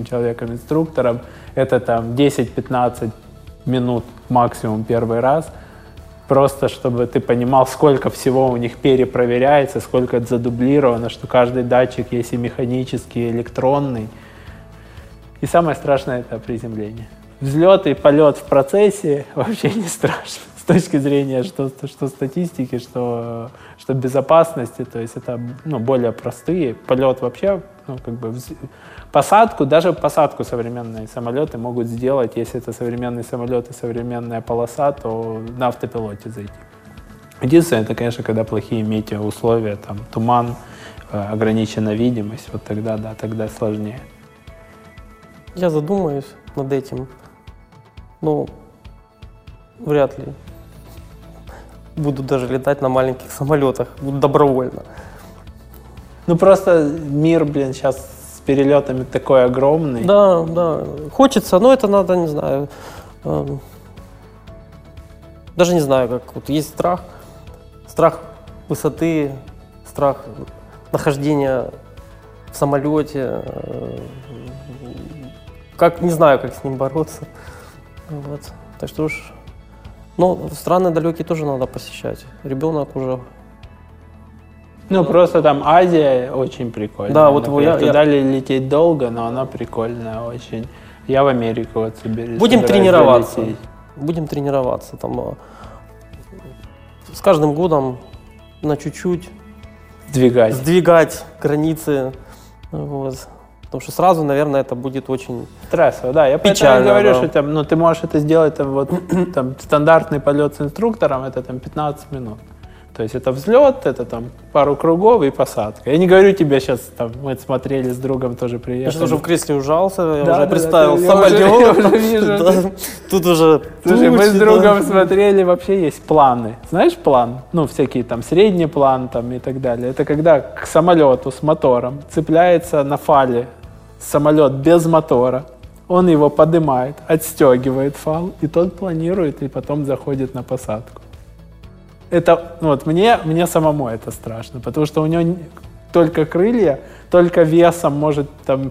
человеком-инструктором. Это там десять-пятнадцать минут максимум первый раз. просто чтобы ты понимал, сколько всего у них перепроверяется, сколько это задублировано, что каждый датчик есть и механический, и электронный. И самое страшное — это приземление. Взлет и полет в процессе вообще не страшно с точки зрения что, что статистики, что, что безопасности. То есть это, ну, более простые. Полет вообще, ну, как бы вз... посадку, даже посадку современные самолеты могут сделать, если это современный самолет и современная полоса, то на автопилоте зайти. Единственное, это, конечно, когда плохие метеоусловия, там туман, ограничена видимость, вот тогда, да, тогда сложнее. Я задумаюсь над этим, но вряд ли буду даже летать на маленьких самолетах, буду добровольно. Ну просто мир, блин, сейчас с перелетами такой огромный. Да, да, хочется, но это надо, не знаю, э, даже не знаю, как вот есть страх, страх высоты, страх нахождения в самолете, э, как, не знаю, как с ним бороться. Вот. Так что уж, ну, страны далекие тоже надо посещать. Ребенок уже. Ну, просто там Азия очень прикольная. Да, вот я, туда я... лететь долго, но она прикольная очень. Я в Америку вот собираюсь. Будем тренироваться. Будем тренироваться. Там, с каждым годом на чуть-чуть сдвигать, сдвигать границы. Вот. Потому что сразу, наверное, это будет очень стрессово, да. Я печально, поэтому говорю, да. что там, ну, ты можешь это сделать, там, вот, там, стандартный полет с инструктором, это там пятнадцать минут. То есть это взлет, это там пару кругов и посадка. Я не говорю тебе сейчас, там, мы смотрели с другом, тоже приехали. Я сейчас уже в кресле ужался, я да, уже да, представил да, самолет. Я уже, я уже вижу. Да, тут уже... Слушай, мы с тучи, другом да. смотрели, вообще есть планы. Знаешь план? Ну, всякие там средний план там и так далее. Это когда к самолету с мотором цепляется на фале самолет без мотора, он его поднимает, отстегивает фал, и тот планирует, и потом заходит на посадку. Это, вот, мне, мне самому это страшно, потому что у него только крылья, только весом может там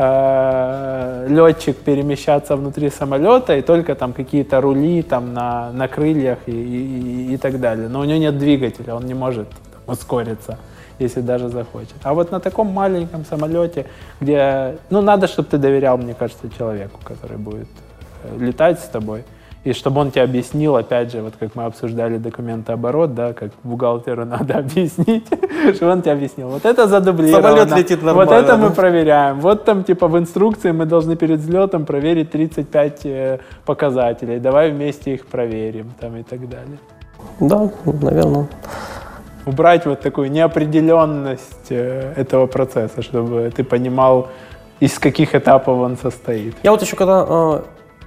э, летчик перемещаться внутри самолета, и только там какие-то рули там на, на крыльях и, и, и так далее. Но у него нет двигателя, он не может там ускориться, если даже захочет. А вот на таком маленьком самолете, где, ну, надо, чтобы ты доверял, мне кажется, человеку, который будет летать с тобой, и чтобы он тебе объяснил, опять же, вот как мы обсуждали документооборот, да, как бухгалтеру надо объяснить, чтобы он тебе объяснил, вот это задублировано, самолет летит нормально, вот это да? мы проверяем, вот там типа в инструкции мы должны перед взлетом проверить тридцать пять э, показателей, давай вместе их проверим, там и так далее. Да, наверное. Убрать вот такую неопределенность э, этого процесса, чтобы ты понимал, из каких этапов он состоит. Я вот еще когда э,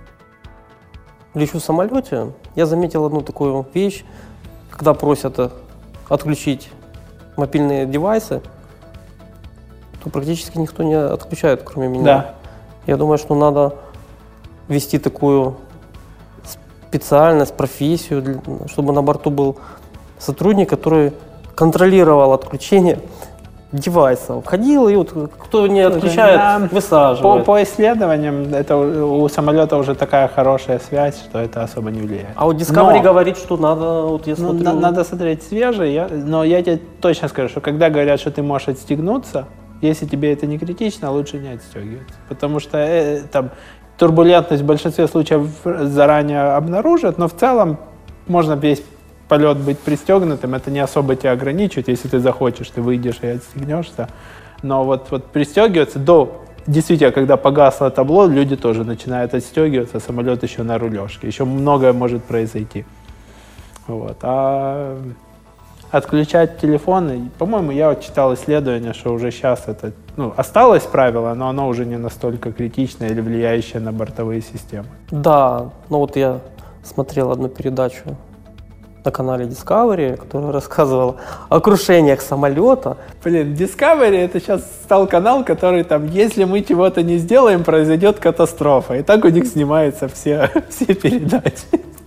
лечу в самолете, я заметил одну такую вещь, когда просят э, отключить мобильные девайсы, то практически никто не отключает, кроме меня. Да. Я думаю, что надо ввести такую специальность, профессию, для, чтобы на борту был сотрудник, который контролировал отключение девайсов. Ходил и вот кто не отключает, да, высаживает. По, по исследованиям, это у, у самолета уже такая хорошая связь, что это особо не влияет. А вот Discovery но, говорит, что надо, вот я ну, смотрю... на, надо смотреть свежий, я, но я тебе точно скажу, что когда говорят, что ты можешь отстегнуться, если тебе это не критично, лучше не отстегиваться. Потому что э, там, турбулентность в большинстве случаев заранее обнаружат, но в целом можно весь полет быть пристегнутым, это не особо тебя ограничивает, если ты захочешь, ты выйдешь и отстегнешься. Но вот, вот пристегиваться до, действительно, когда погасло табло, люди тоже начинают отстегиваться, самолет еще на рулежке, еще многое может произойти. Вот. А отключать телефоны, по-моему, я вот читал исследование, что уже сейчас это, ну, осталось правило, но оно уже не настолько критичное или влияющее на бортовые системы. Да, ну вот я смотрел одну передачу на канале Discovery, которая рассказывала о крушениях самолета. Блин, Discovery это сейчас стал канал, который там, если мы чего-то не сделаем, произойдет катастрофа. И так у них снимаются все, все передачи.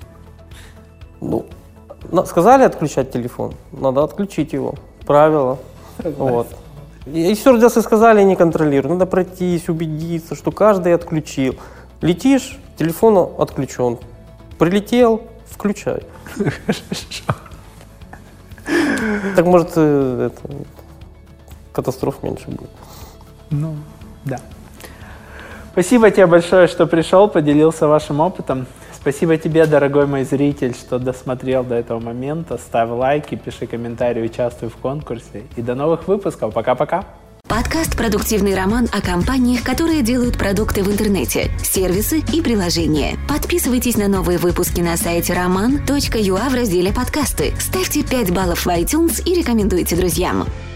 Ну, сказали отключать телефон, надо отключить его. Правило. Вот. И стюардессы сказали, не контролируй. Надо пройтись, убедиться, что каждый отключил. Летишь, телефон отключен. Прилетел, включай. Хорошо. Так может, э, это, катастроф меньше будет. Ну, да. Спасибо тебе большое, что пришел, поделился вашим опытом. Спасибо тебе, дорогой мой зритель, что досмотрел до этого момента. Ставь лайки, пиши комментарии, участвуй в конкурсе. И до новых выпусков. Пока-пока. Подкаст «Продуктивный роман» о компаниях, которые делают продукты в интернете, сервисы и приложения. Подписывайтесь на новые выпуски на сайте роман точка ю а в разделе «Подкасты». Ставьте пять баллов в iTunes и рекомендуйте друзьям.